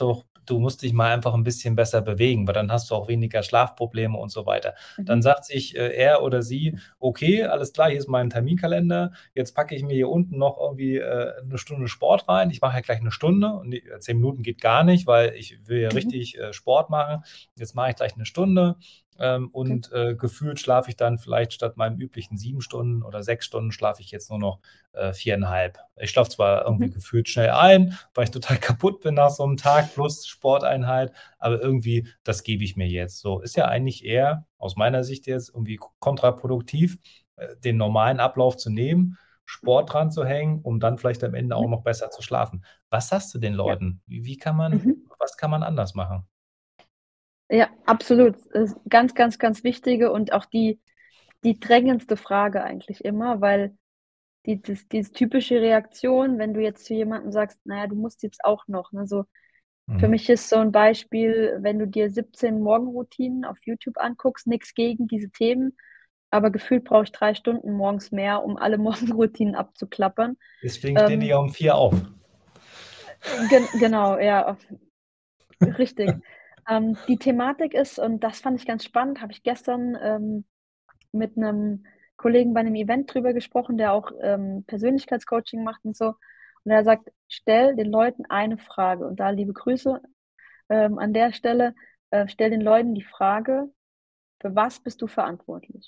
du musst dich mal einfach 'n bisschen besser bewegen, weil dann hast du auch weniger Schlafprobleme und so weiter. Dann Mhm. sagt sich, äh, er oder sie: „Okay, alles klar, hier ist mein Terminkalender. Jetzt packe ich mir hier unten noch irgendwie, äh, 'ne Stunde Sport rein. Ich mache ja gleich 'ne Stunde und die zehn Minuten geht gar nicht, weil ich will ja Mhm. richtig, äh, Sport machen. Jetzt mache ich gleich 'ne Stunde, ähm, Okay. und, äh, gefühlt schlafe ich dann vielleicht statt meinen üblichen sieben Stunden oder sechs Stunden schlafe ich jetzt nur noch, äh, viereinhalb. Ich schlafe zwar irgendwie Mhm. gefühlt schnell ein, weil ich total kaputt bin nach so 'nem Tag plus Sporteinheit, aber irgendwie, das gebe ich mir jetzt.“ So, ist ja eigentlich eher aus meiner Sicht jetzt irgendwie k kontraproduktiv, äh, den normalen Ablauf zu nehmen, Sport dranzuhängen, um dann vielleicht am Ende auch Mhm. noch besser zu schlafen. Was sagst du den Ja. Leuten? Wie wie kann man Mhm. was kann man anders machen? Ja, absolut. Ist ganz, ganz, ganz wichtige und auch die die drängendste Frage eigentlich immer, weil die das diese typische Reaktion, wenn du jetzt zu jemandem sagst: „Na ja, du musst jetzt auch noch“, ne, so für Mhm. mich ist so 'n Beispiel, wenn du dir siebzehn Morgenroutinen auf YouTube anguckst, nix gegen diese Themen, aber gefühlt brauche ich drei Stunden morgens mehr, um alle Morgenroutinen abzuklappern. Deswegen stehen die Ähm ja um vier auf. Äh, gen genau, ja. Richtig. Ähm, die Thematik ist und das fand ich ganz spannend, habe ich gestern, ähm, mit 'nem Kollegen bei 'nem Event drüber gesprochen, der auch, ähm, Persönlichkeitscoaching macht und so. Und er sagt: „Stell den Leuten eine Frage.“ Und da liebe Grüße, ähm, an der Stelle. Äh, stell den Leuten die Frage: „Für was bist du verantwortlich?“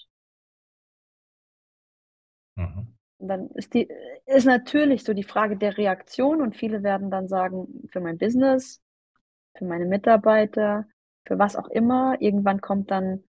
Mhm. Und dann ist die ist natürlich so die Frage der Reaktion und viele werden dann sagen: „Für mein Business, für meine Mitarbeiter, für was auch immer.“ Irgendwann kommt dann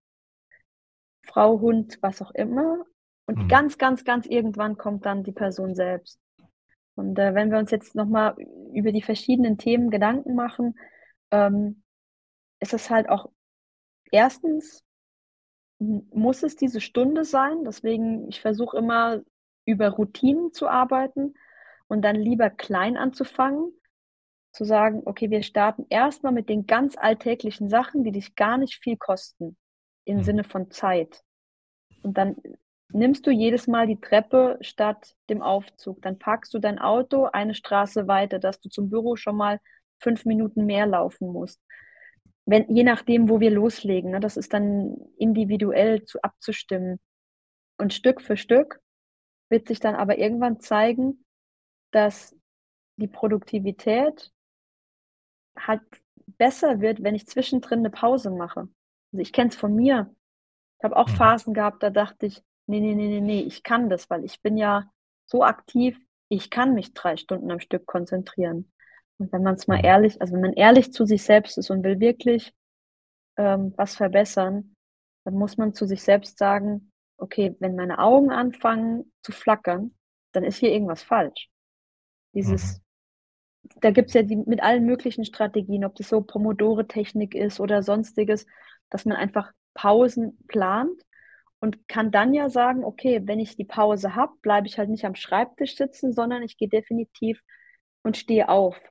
Frau, Hund, was auch immer. Und Mhm. ganz, ganz, ganz irgendwann kommt dann die Person selbst. Und, äh, wenn wir uns jetzt noch mal ü über die verschiedenen Themen Gedanken machen, ähm, ist es halt auch erstens m muss es diese Stunde sein, deswegen ich versuche immer, über Routinen zu arbeiten und dann lieber klein anzufangen, zu sagen: „Okay, wir starten erst mal mit den ganz alltäglichen Sachen, die dich gar nicht viel kosten im Mhm. Sinne von Zeit.“ Und dann nimmst du jedes Mal die Treppe statt dem Aufzug. Dann parkst du dein Auto eine Straße weiter, dass du zum Büro schon mal fünf Minuten mehr laufen musst. Wenn je nachdem, wo wir loslegen, ne? Das ist dann individuell zu abzustimmen. Und Stück für Stück wird sich dann aber irgendwann zeigen, dass die Produktivität halt besser wird, wenn ich zwischendrin 'ne Pause mache. Also, ich kenne es von mir. Ich habe auch Mhm. Phasen gehabt, da dachte ich: „Ne, ne, ne, ne, ne, ich kann das, weil ich bin ja so aktiv, ich kann mich drei Stunden am Stück konzentrieren.“ Und wenn man's mal Mhm. ehrlich also, wenn man ehrlich zu sich selbst ist und will wirklich, ähm, was verbessern, dann muss man zu sich selbst sagen: „Okay, wenn meine Augen anfangen zu flackern, dann ist hier irgendwas falsch.“ Mhm. Dieses da gibt's ja die mit allen möglichen Strategien, ob das so Pomodoro-Technik ist oder Sonstiges, dass man einfach Pausen plant und kann dann ja sagen: „Okay, wenn ich die Pause habe, bleibe ich halt nicht am Schreibtisch sitzen, sondern ich gehe definitiv und stehe auf.“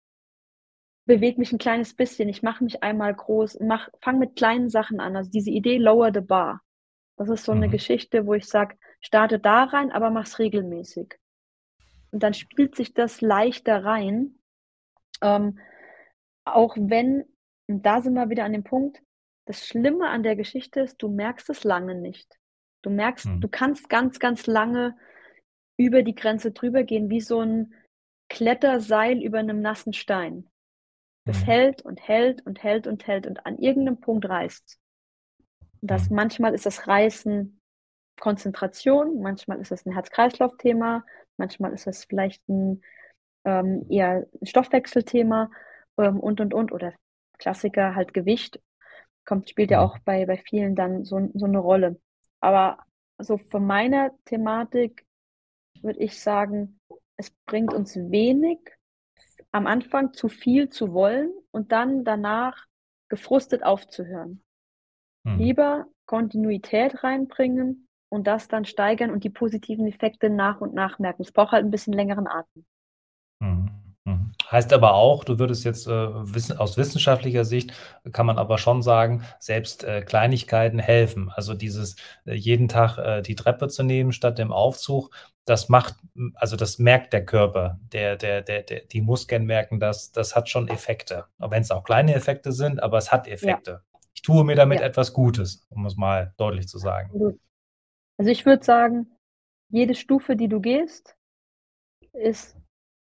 Bewege mich 'n kleines bisschen. Ich mache mich einmal groß, mache fange mit kleinen Sachen an. Also, diese Idee „Lower the bar“. Das ist so 'ne Mhm. Geschichte, wo ich sage: „Starte da rein, aber mach's regelmäßig.“ Und dann spielt sich das leichter rein. Ähm, auch wenn und da sind wir wieder an dem Punkt, das Schlimme an der Geschichte ist, du merkst es lange nicht. Du merkst Mhm. du kannst ganz, ganz lange über die Grenze drüber gehen wie so 'n Kletterseil über 'nem nassen Stein. Das Mhm. hält und hält und hält und hält und an irgend 'nem Punkt reißt's. Das Mhm. manchmal ist das Reißen Konzentration, manchmal ist es 'n Herz-Kreislauf-Thema, manchmal ist es vielleicht 'n, ähm, eher Stoffwechselthema, ähm, und, und, und oder Klassiker halt Gewicht. Kommt spielt ja auch Mhm. bei bei vielen dann so 'n so 'ne Rolle. Aber so von meiner Thematik würde ich sagen, es bringt uns wenig, am Anfang zu viel zu wollen und dann danach gefrustet aufzuhören. Mhm. Lieber Kontinuität reinbringen und das dann steigern und die positiven Effekte nach und nach merken. Es braucht halt 'n bisschen längeren Atem. Mhm. Mhm. Heißt aber auch, du würdest jetzt, äh, wissen aus wissenschaftlicher Sicht kann man aber schon sagen, selbst, äh, Kleinigkeiten helfen. Also, dieses, äh, jeden Tag, äh, die Treppe zu nehmen statt dem Aufzug, das macht hm, also, das merkt der Körper. Der der der der die Muskeln merken das, das hat schon Effekte. Auch wenn's auch kleine Effekte sind, aber es hat Ja. Effekte. Ich tue mir damit Ja. etwas Gutes, um es mal deutlich zu sagen. Absolut. Also, ich würde sagen, jede Stufe, die du gehst, ist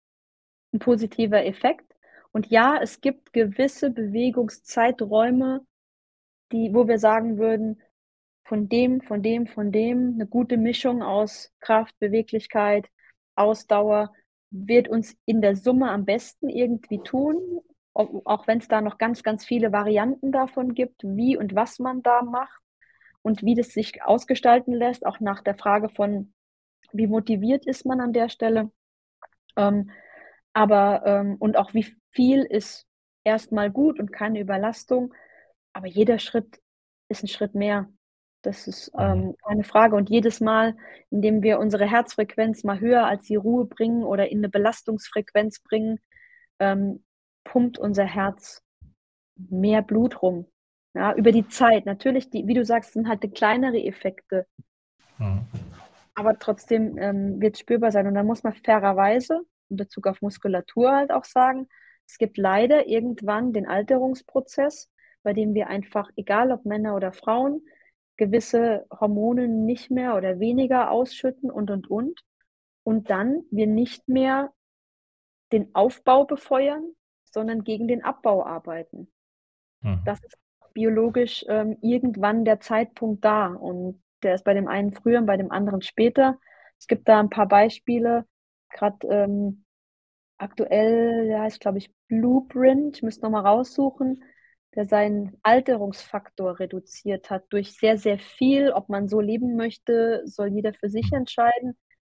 'n positiver Effekt. Und ja, es gibt gewisse Bewegungszeiträume, die wo wir sagen würden: „Von dem, von dem, von dem 'ne gute Mischung aus Kraft, Beweglichkeit, Ausdauer wird uns in der Summe am besten irgendwie tun“, au auch wenn's da noch ganz, ganz viele Varianten davon gibt, wie und was man da macht und wie das sich ausgestalten lässt, auch nach der Frage von: „Wie motiviert ist man an der Stelle?“ Ähm, aber, ähm und auch wie viel ist erst mal gut und keine Überlastung, aber jeder Schritt ist 'n Schritt mehr. Das ist, Mhm. ähm, keine Frage. Und jedes Mal, indem wir unsere Herzfrequenz mal höher als die Ruhe bringen oder in 'ne Belastungsfrequenz bringen, ähm, pumpt unser Herz mehr Blut rum, ja, über die Zeit. Natürlich, die wie du sagst, sind halt kleinere Effekte Mhm. aber trotzdem, ähm, wird's spürbar sein. Und dann muss man fairerweise in Bezug auf Muskulatur halt auch sagen, es gibt leider irgendwann den Alterungsprozess, bei dem wir einfach, egal ob Männer oder Frauen, gewisse Hormone nicht mehr oder weniger ausschütten und, und, und. Und dann wir nicht mehr den Aufbau befeuern, sondern gegen den Abbau arbeiten. Mhm. Das ist biologisch, ähm, irgendwann der Zeitpunkt da und der ist bei dem einen früher und bei dem anderen später. Es gibt da 'n paar Beispiele, grad, ähm, aktuell, der heißt, glaube ich, Blueprint, ich müsste noch mal raussuchen, der seinen Alterungsfaktor reduziert hat durch sehr, sehr viel. Ob man so leben möchte, soll jeder für sich Mhm. entscheiden.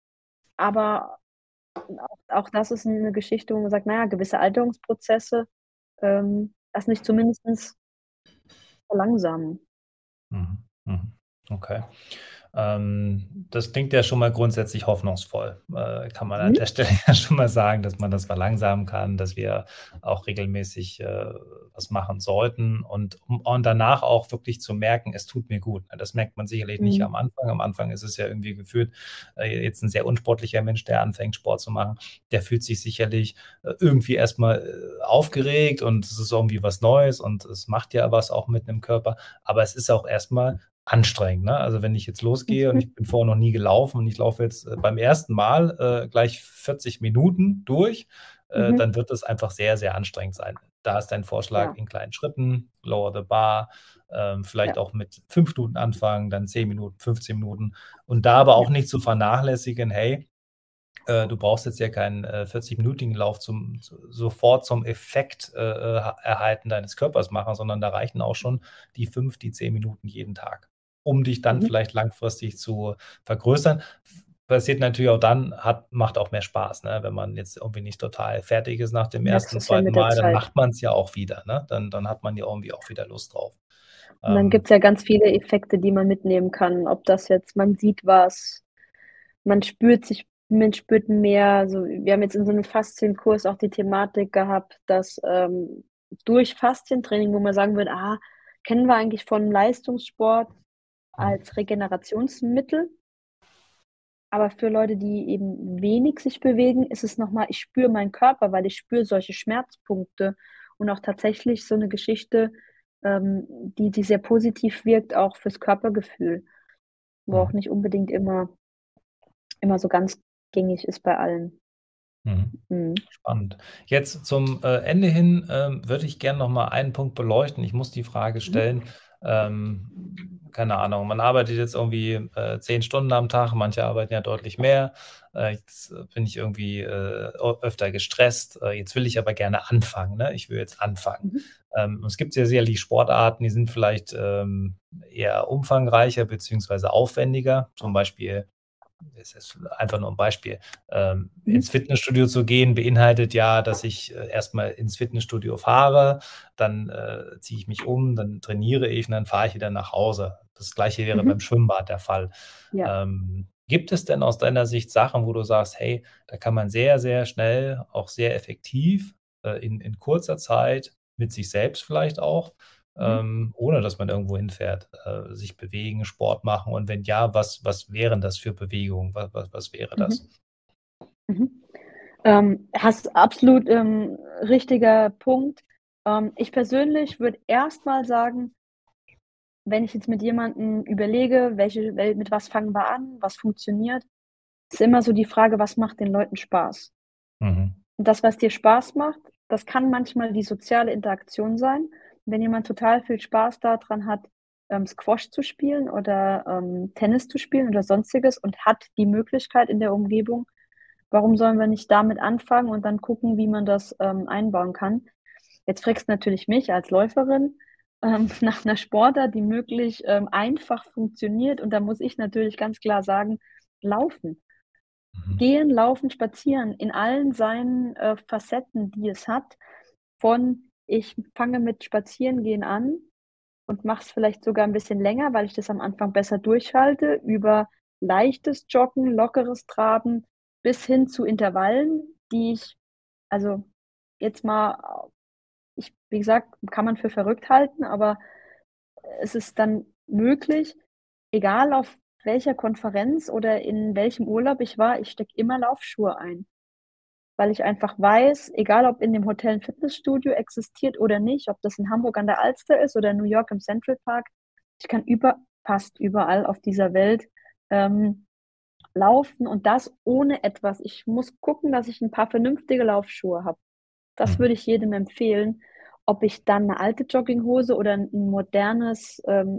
Aber auch auch das ist 'ne Geschichte, wo man sagt: „Na ja, gewisse Alterungsprozesse, ähm, lassen sich zumindest verlangsamen.“ Mhm, mhm. Okay. Ähm, das klingt ja schon mal grundsätzlich hoffnungsvoll. Äh, kann man an Mhm. der Stelle ja schon mal sagen, dass man das verlangsamen kann, dass wir auch regelmäßig, äh, was machen sollten und um und danach auch wirklich zu merken: „Es tut mir gut.“ Das merkt man sicherlich nicht Mhm. am Anfang. Am Anfang ist es ja irgendwie gefühlt äh, jetzt 'n sehr unsportlicher Mensch, der anfängt, Sport zu machen, der fühlt sich sicherlich, äh, irgendwie erst mal, äh, aufgeregt und es ist irgendwie was Neues und es macht ja was auch mit 'nem Körper. Aber es ist auch erst mal anstrengend, ne? Also, wenn ich jetzt losgehe und ich bin vorher noch nie gelaufen und ich laufe jetzt, äh, beim ersten Mal, äh, gleich vierzig Minuten durch, äh, Mhm. dann wird das einfach sehr, sehr anstrengend sein. Da ist dein Vorschlag Ja. in kleinen Schritten, lower the bar, ähm, vielleicht Ja. auch mit fünf Minuten anfangen, dann zehn Minuten, fünfzehn Minuten und da aber Ja. auch nicht zu vernachlässigen: „Hey, äh, du brauchst jetzt ja keinen, äh, vierzig-minütigen Lauf zum so sofort zum Effekt, äh, äh, erhalten deines Körpers machen, sondern da reichen auch schon die fünf, die zehn Minuten jeden Tag, um dich dann Mhm. vielleicht langfristig zu vergrößern.“ Passiert natürlich auch dann hat macht auch mehr Spaß, ne? Wenn man jetzt irgendwie nicht total fertig ist nach dem Merkst ersten, es ja zweiten mit der Mal, dann Zeit. macht man's ja auch wieder, ne? Dann dann hat man ja irgendwie auch wieder Lust drauf. Und dann Ähm gibt's ja ganz viele Effekte, die man mitnehmen kann. Ob das jetzt man sieht was, man spürt sich man spürt mehr. Also, wir haben jetzt in so 'nem Faszienkurs auch die Thematik gehabt, dass, ähm, durch Faszientraining, wo man sagen würde: „Ah, kennen wir eigentlich von Leistungssport Mhm. als Regenerationsmittel.“ Aber für Leute, die eben wenig sich bewegen, ist es noch mal ich spüre meinen Körper, weil ich spüre solche Schmerzpunkte und auch tatsächlich so 'ne Geschichte, ähm, die die sehr positiv wirkt, auch fürs Körpergefühl, wo auch Mhm. nicht unbedingt immer immer so ganz gängig ist bei allen. Mhm. Mhm. Spannend. Jetzt zum, äh, Ende hin, ähm, würde ich gern noch mal einen Punkt beleuchten. Ich muss die Frage Mhm. stellen, ähm, keine Ahnung, man arbeitet jetzt irgendwie, äh, zehn Stunden am Tag, manche arbeiten ja deutlich mehr. Äh, jetzt bin ich irgendwie, äh, ö öfter gestresst. Äh, jetzt will ich aber gerne anfangen, ne? Ich will jetzt anfangen. Mhm. Ähm, es gibt ja sicherlich Sportarten, die sind vielleicht, ähm, eher umfangreicher beziehungsweise aufwendiger. Zum Beispiel es ist einfach nur 'n Beispiel, ähm, ins Mhm. Fitnessstudio zu gehen, beinhaltet ja, dass ich, äh, erst mal ins Fitnessstudio fahre, dann, äh, ziehe ich mich um, dann trainiere ich und dann fahre ich wieder nach Hause. Das Gleiche wäre beim Mhm. Schwimmbad der Fall. Ja. Ähm Gibt es denn aus deiner Sicht Sachen, wo du sagst: „Hey, da kann man sehr, sehr schnell, auch sehr effektiv, äh, in in kurzer Zeit mit sich selbst vielleicht auch, Mhm. ähm, ohne dass man irgendwo hinfährt, äh, sich bewegen, Sport machen?“ Und wenn ja, was was wären das für Bewegungen? Wa wa was wäre das? Mhm. Mhm. Ähm, hast absolut, ähm, richtiger Punkt. Ähm, ich persönlich würde erst mal sagen, wenn ich jetzt mit jemandem überlege, welche wel mit was fangen wir an, was funktioniert, ist immer so die Frage, was macht den Leuten Spaß? Mhm. Und das, was dir Spaß macht, das kann manchmal die soziale Interaktion sein. Wenn jemand total viel Spaß daran hat, ähm, Squash zu spielen oder, ähm, Tennis zu spielen oder Sonstiges und hat die Möglichkeit in der Umgebung, warum sollen wir nicht damit anfangen und dann gucken, wie man das, ähm, einbauen kann? Jetzt fragst du natürlich mich als Läuferin, ähm, nach 'ner Sportart, die möglich, ähm, einfach funktioniert und da muss ich natürlich ganz klar sagen: Laufen. Mhm. Gehen, laufen, spazieren in allen seinen, äh, Facetten, die es hat. Von ich fange mit Spazierengehen an und mache es vielleicht sogar 'n bisschen länger, weil ich das am Anfang besser durchhalte, über leichtes Joggen, lockeres Traben bis hin zu Intervallen, die ich also, jetzt mal ich wie gesagt, kann man für verrückt halten, aber es ist dann möglich, egal auf welcher Konferenz oder in welchem Urlaub ich war, ich stecke immer Laufschuhe ein, weil ich einfach weiß, egal ob in dem Hotel 'n Fitnessstudio existiert oder nicht, ob das in Hamburg an der Alster ist oder in New York im Central Park, ich kann über fast überall auf dieser Welt, ähm, laufen und das ohne etwas. Ich muss gucken, dass ich 'n paar vernünftige Laufschuhe habe. Das Mhm. würde ich jedem empfehlen. Ob ich dann 'ne alte Jogginghose oder 'n 'n modernes, ähm,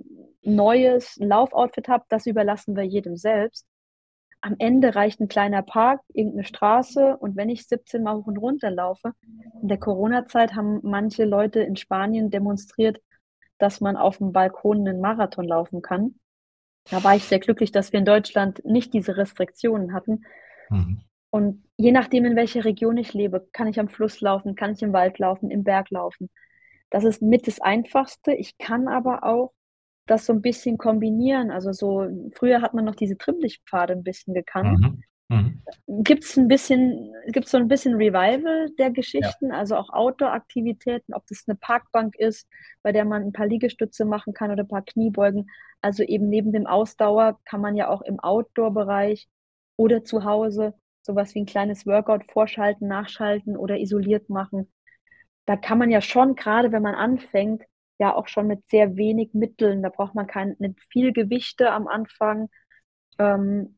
neues Laufoutfit habe, das überlassen wir jedem selbst. Am Ende reicht 'n kleiner Park, irgend 'ne Straße und wenn ich siebzehn Mal hoch und runter laufe in der Corona-Zeit haben manche Leute in Spanien demonstriert, dass man aufm Balkon 'nen Marathon laufen kann. Da war ich sehr glücklich, dass wir in Deutschland nicht diese Restriktionen hatten. Mhm. Und je nachdem, in welcher Region ich lebe, kann ich am Fluss laufen, kann ich im Wald laufen, im Berg laufen. Das ist mit das Einfachste. Ich kann aber auch das so 'n bisschen kombinieren. Also, so früher hat man noch diese Trimm-Dich-Pfade 'n bisschen gekannt. Mhm. Mhm. Gibt's 'n bisschen gibt's so 'n bisschen Revival der Ja. Geschichten, also auch Outdoor-Aktivitäten, ob das 'ne Parkbank ist, bei der man 'n paar Liegestütze machen kann oder paar Kniebeugen. Also, eben neben dem Ausdauer kann man ja auch im Outdoor-Bereich oder zu Hause so was wie 'n kleines Workout vorschalten, nachschalten oder isoliert machen. Da kann man ja schon, grade wenn man anfängt, ja auch schon mit sehr wenig Mitteln da braucht man kein nicht viel Gewichte am Anfang. Ähm,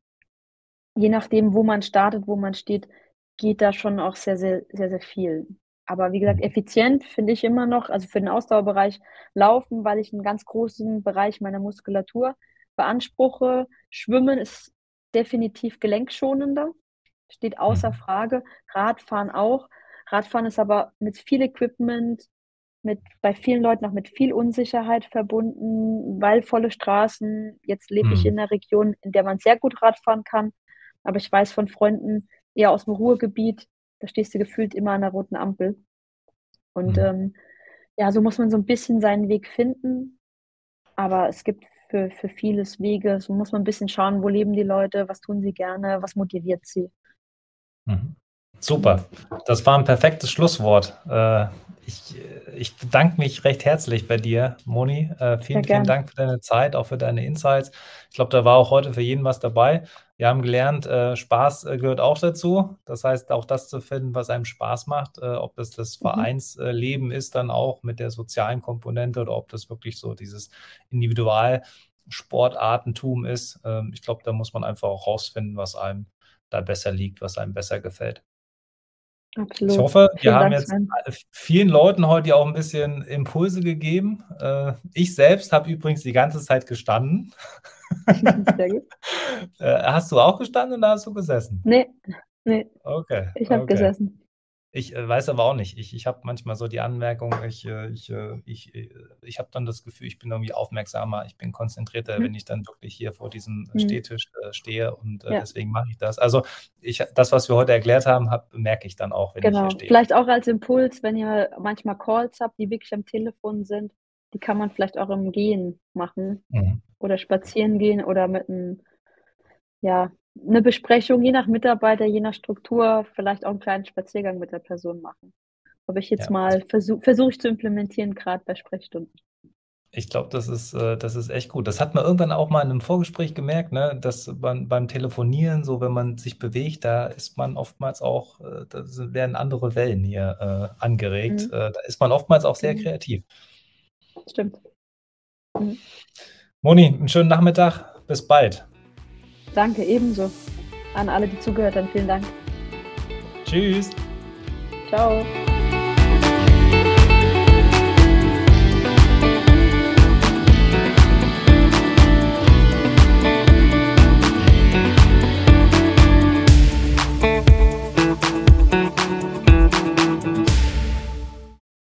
je nachdem, wo man startet, wo man steht, geht da schon auch sehr, sehr sehr, sehr viel. Aber wie gesagt, Mhm. effizient finde ich immer noch also, für den Ausdauerbereich Laufen, weil ich 'n ganz großen Bereich meiner Muskulatur beanspruche. Schwimmen ist definitiv gelenkschonender, steht außer Mhm. Frage. Radfahren auch. Radfahren ist aber mit viel Equipment, mit bei vielen Leuten auch mit viel Unsicherheit verbunden, weil volle Straßen. Jetzt lebe ich in Mhm. 'ner Region, in der man sehr gut Radfahren kann, aber ich weiß von Freunden eher aus'm Ruhrgebiet, da stehst du gefühlt immer an 'ner roten Ampel. Und, Mhm. ähm, ja, so muss man so 'n bisschen seinen Weg finden, aber es gibt für für vieles Wege. So muss man 'n bisschen schauen, wo leben die Leute, was tun sie gerne, was motiviert sie. Mhm. Mhm. Super. Das war 'n perfektes Schlusswort. Äh, ich äh, ich bedanke mich recht herzlich bei dir, Moni. Äh, Sehr vielen, vielen gern. Dank für deine Zeit, auch für deine Insights. Ich glaube, da war auch heute für jeden was dabei. Wir haben gelernt, äh, Spaß, äh, gehört auch dazu. Das heißt, auch das zu finden, was einem Spaß macht, äh, ob das das Mhm. Vereins äh, Leben ist dann auch mit der sozialen Komponente oder ob das wirklich so dieses Individualsportartentum ist. Ähm, ich glaube, da muss man einfach auch rausfinden, was einem da besser liegt, was einem besser gefällt. Ich Absolut. hoffe, wir Vielen haben Dank, jetzt Sven. a vielen Leuten heute ja auch 'n bisschen Impulse gegeben. Äh, ich selbst habe übrigens die ganze Zeit gestanden. Sehr gut. Äh, hast du auch gestanden oder hast du gesessen? Ne, ne, Okay, ich habe okay. gesessen. Ich, äh, weiß aber auch nicht. Ich ich habe manchmal so die Anmerkung, ich äh, ich äh, ich äh, ich habe dann das Gefühl, ich bin irgendwie aufmerksamer, ich bin konzentrierter, wenn Mhm. ich dann wirklich hier vor diesem Mhm. Stehtisch, äh, stehe und, äh, Ja. deswegen mache ich das. Also, ich das, was wir heute erklärt haben, habe merke ich dann auch, wenn ich hier Genau. stehe. Vielleicht auch als Impuls, wenn ihr manchmal Calls habt, die wirklich am Telefon sind, die kann man vielleicht auch im Gehen machen Mhm. oder spazieren gehen oder mit 'n ja, 'ne Besprechung, je nach Mitarbeiter, je nach Struktur, vielleicht auch 'n kleinen Spaziergang mit der Person machen. Habe ich jetzt Ja, das mal versu versuche ich zu implementieren, grad bei Sprechstunden. Ich glaube, das ist äh, das ist echt gut. Das hat man irgendwann auch mal in 'nem Vorgespräch gemerkt, ne, dass beim beim Telefonieren so, wenn man sich bewegt, da ist man oftmals auch äh, da si werden andere Wellen hier, äh, angeregt. Mhm. Äh, da ist man oftmals auch sehr Mhm. kreativ. Stimmt. Mhm. Moni, 'n schönen Nachmittag. Bis bald. Danke, ebenso. An alle, die zugehört haben, vielen Dank. Tschüss. Tschau.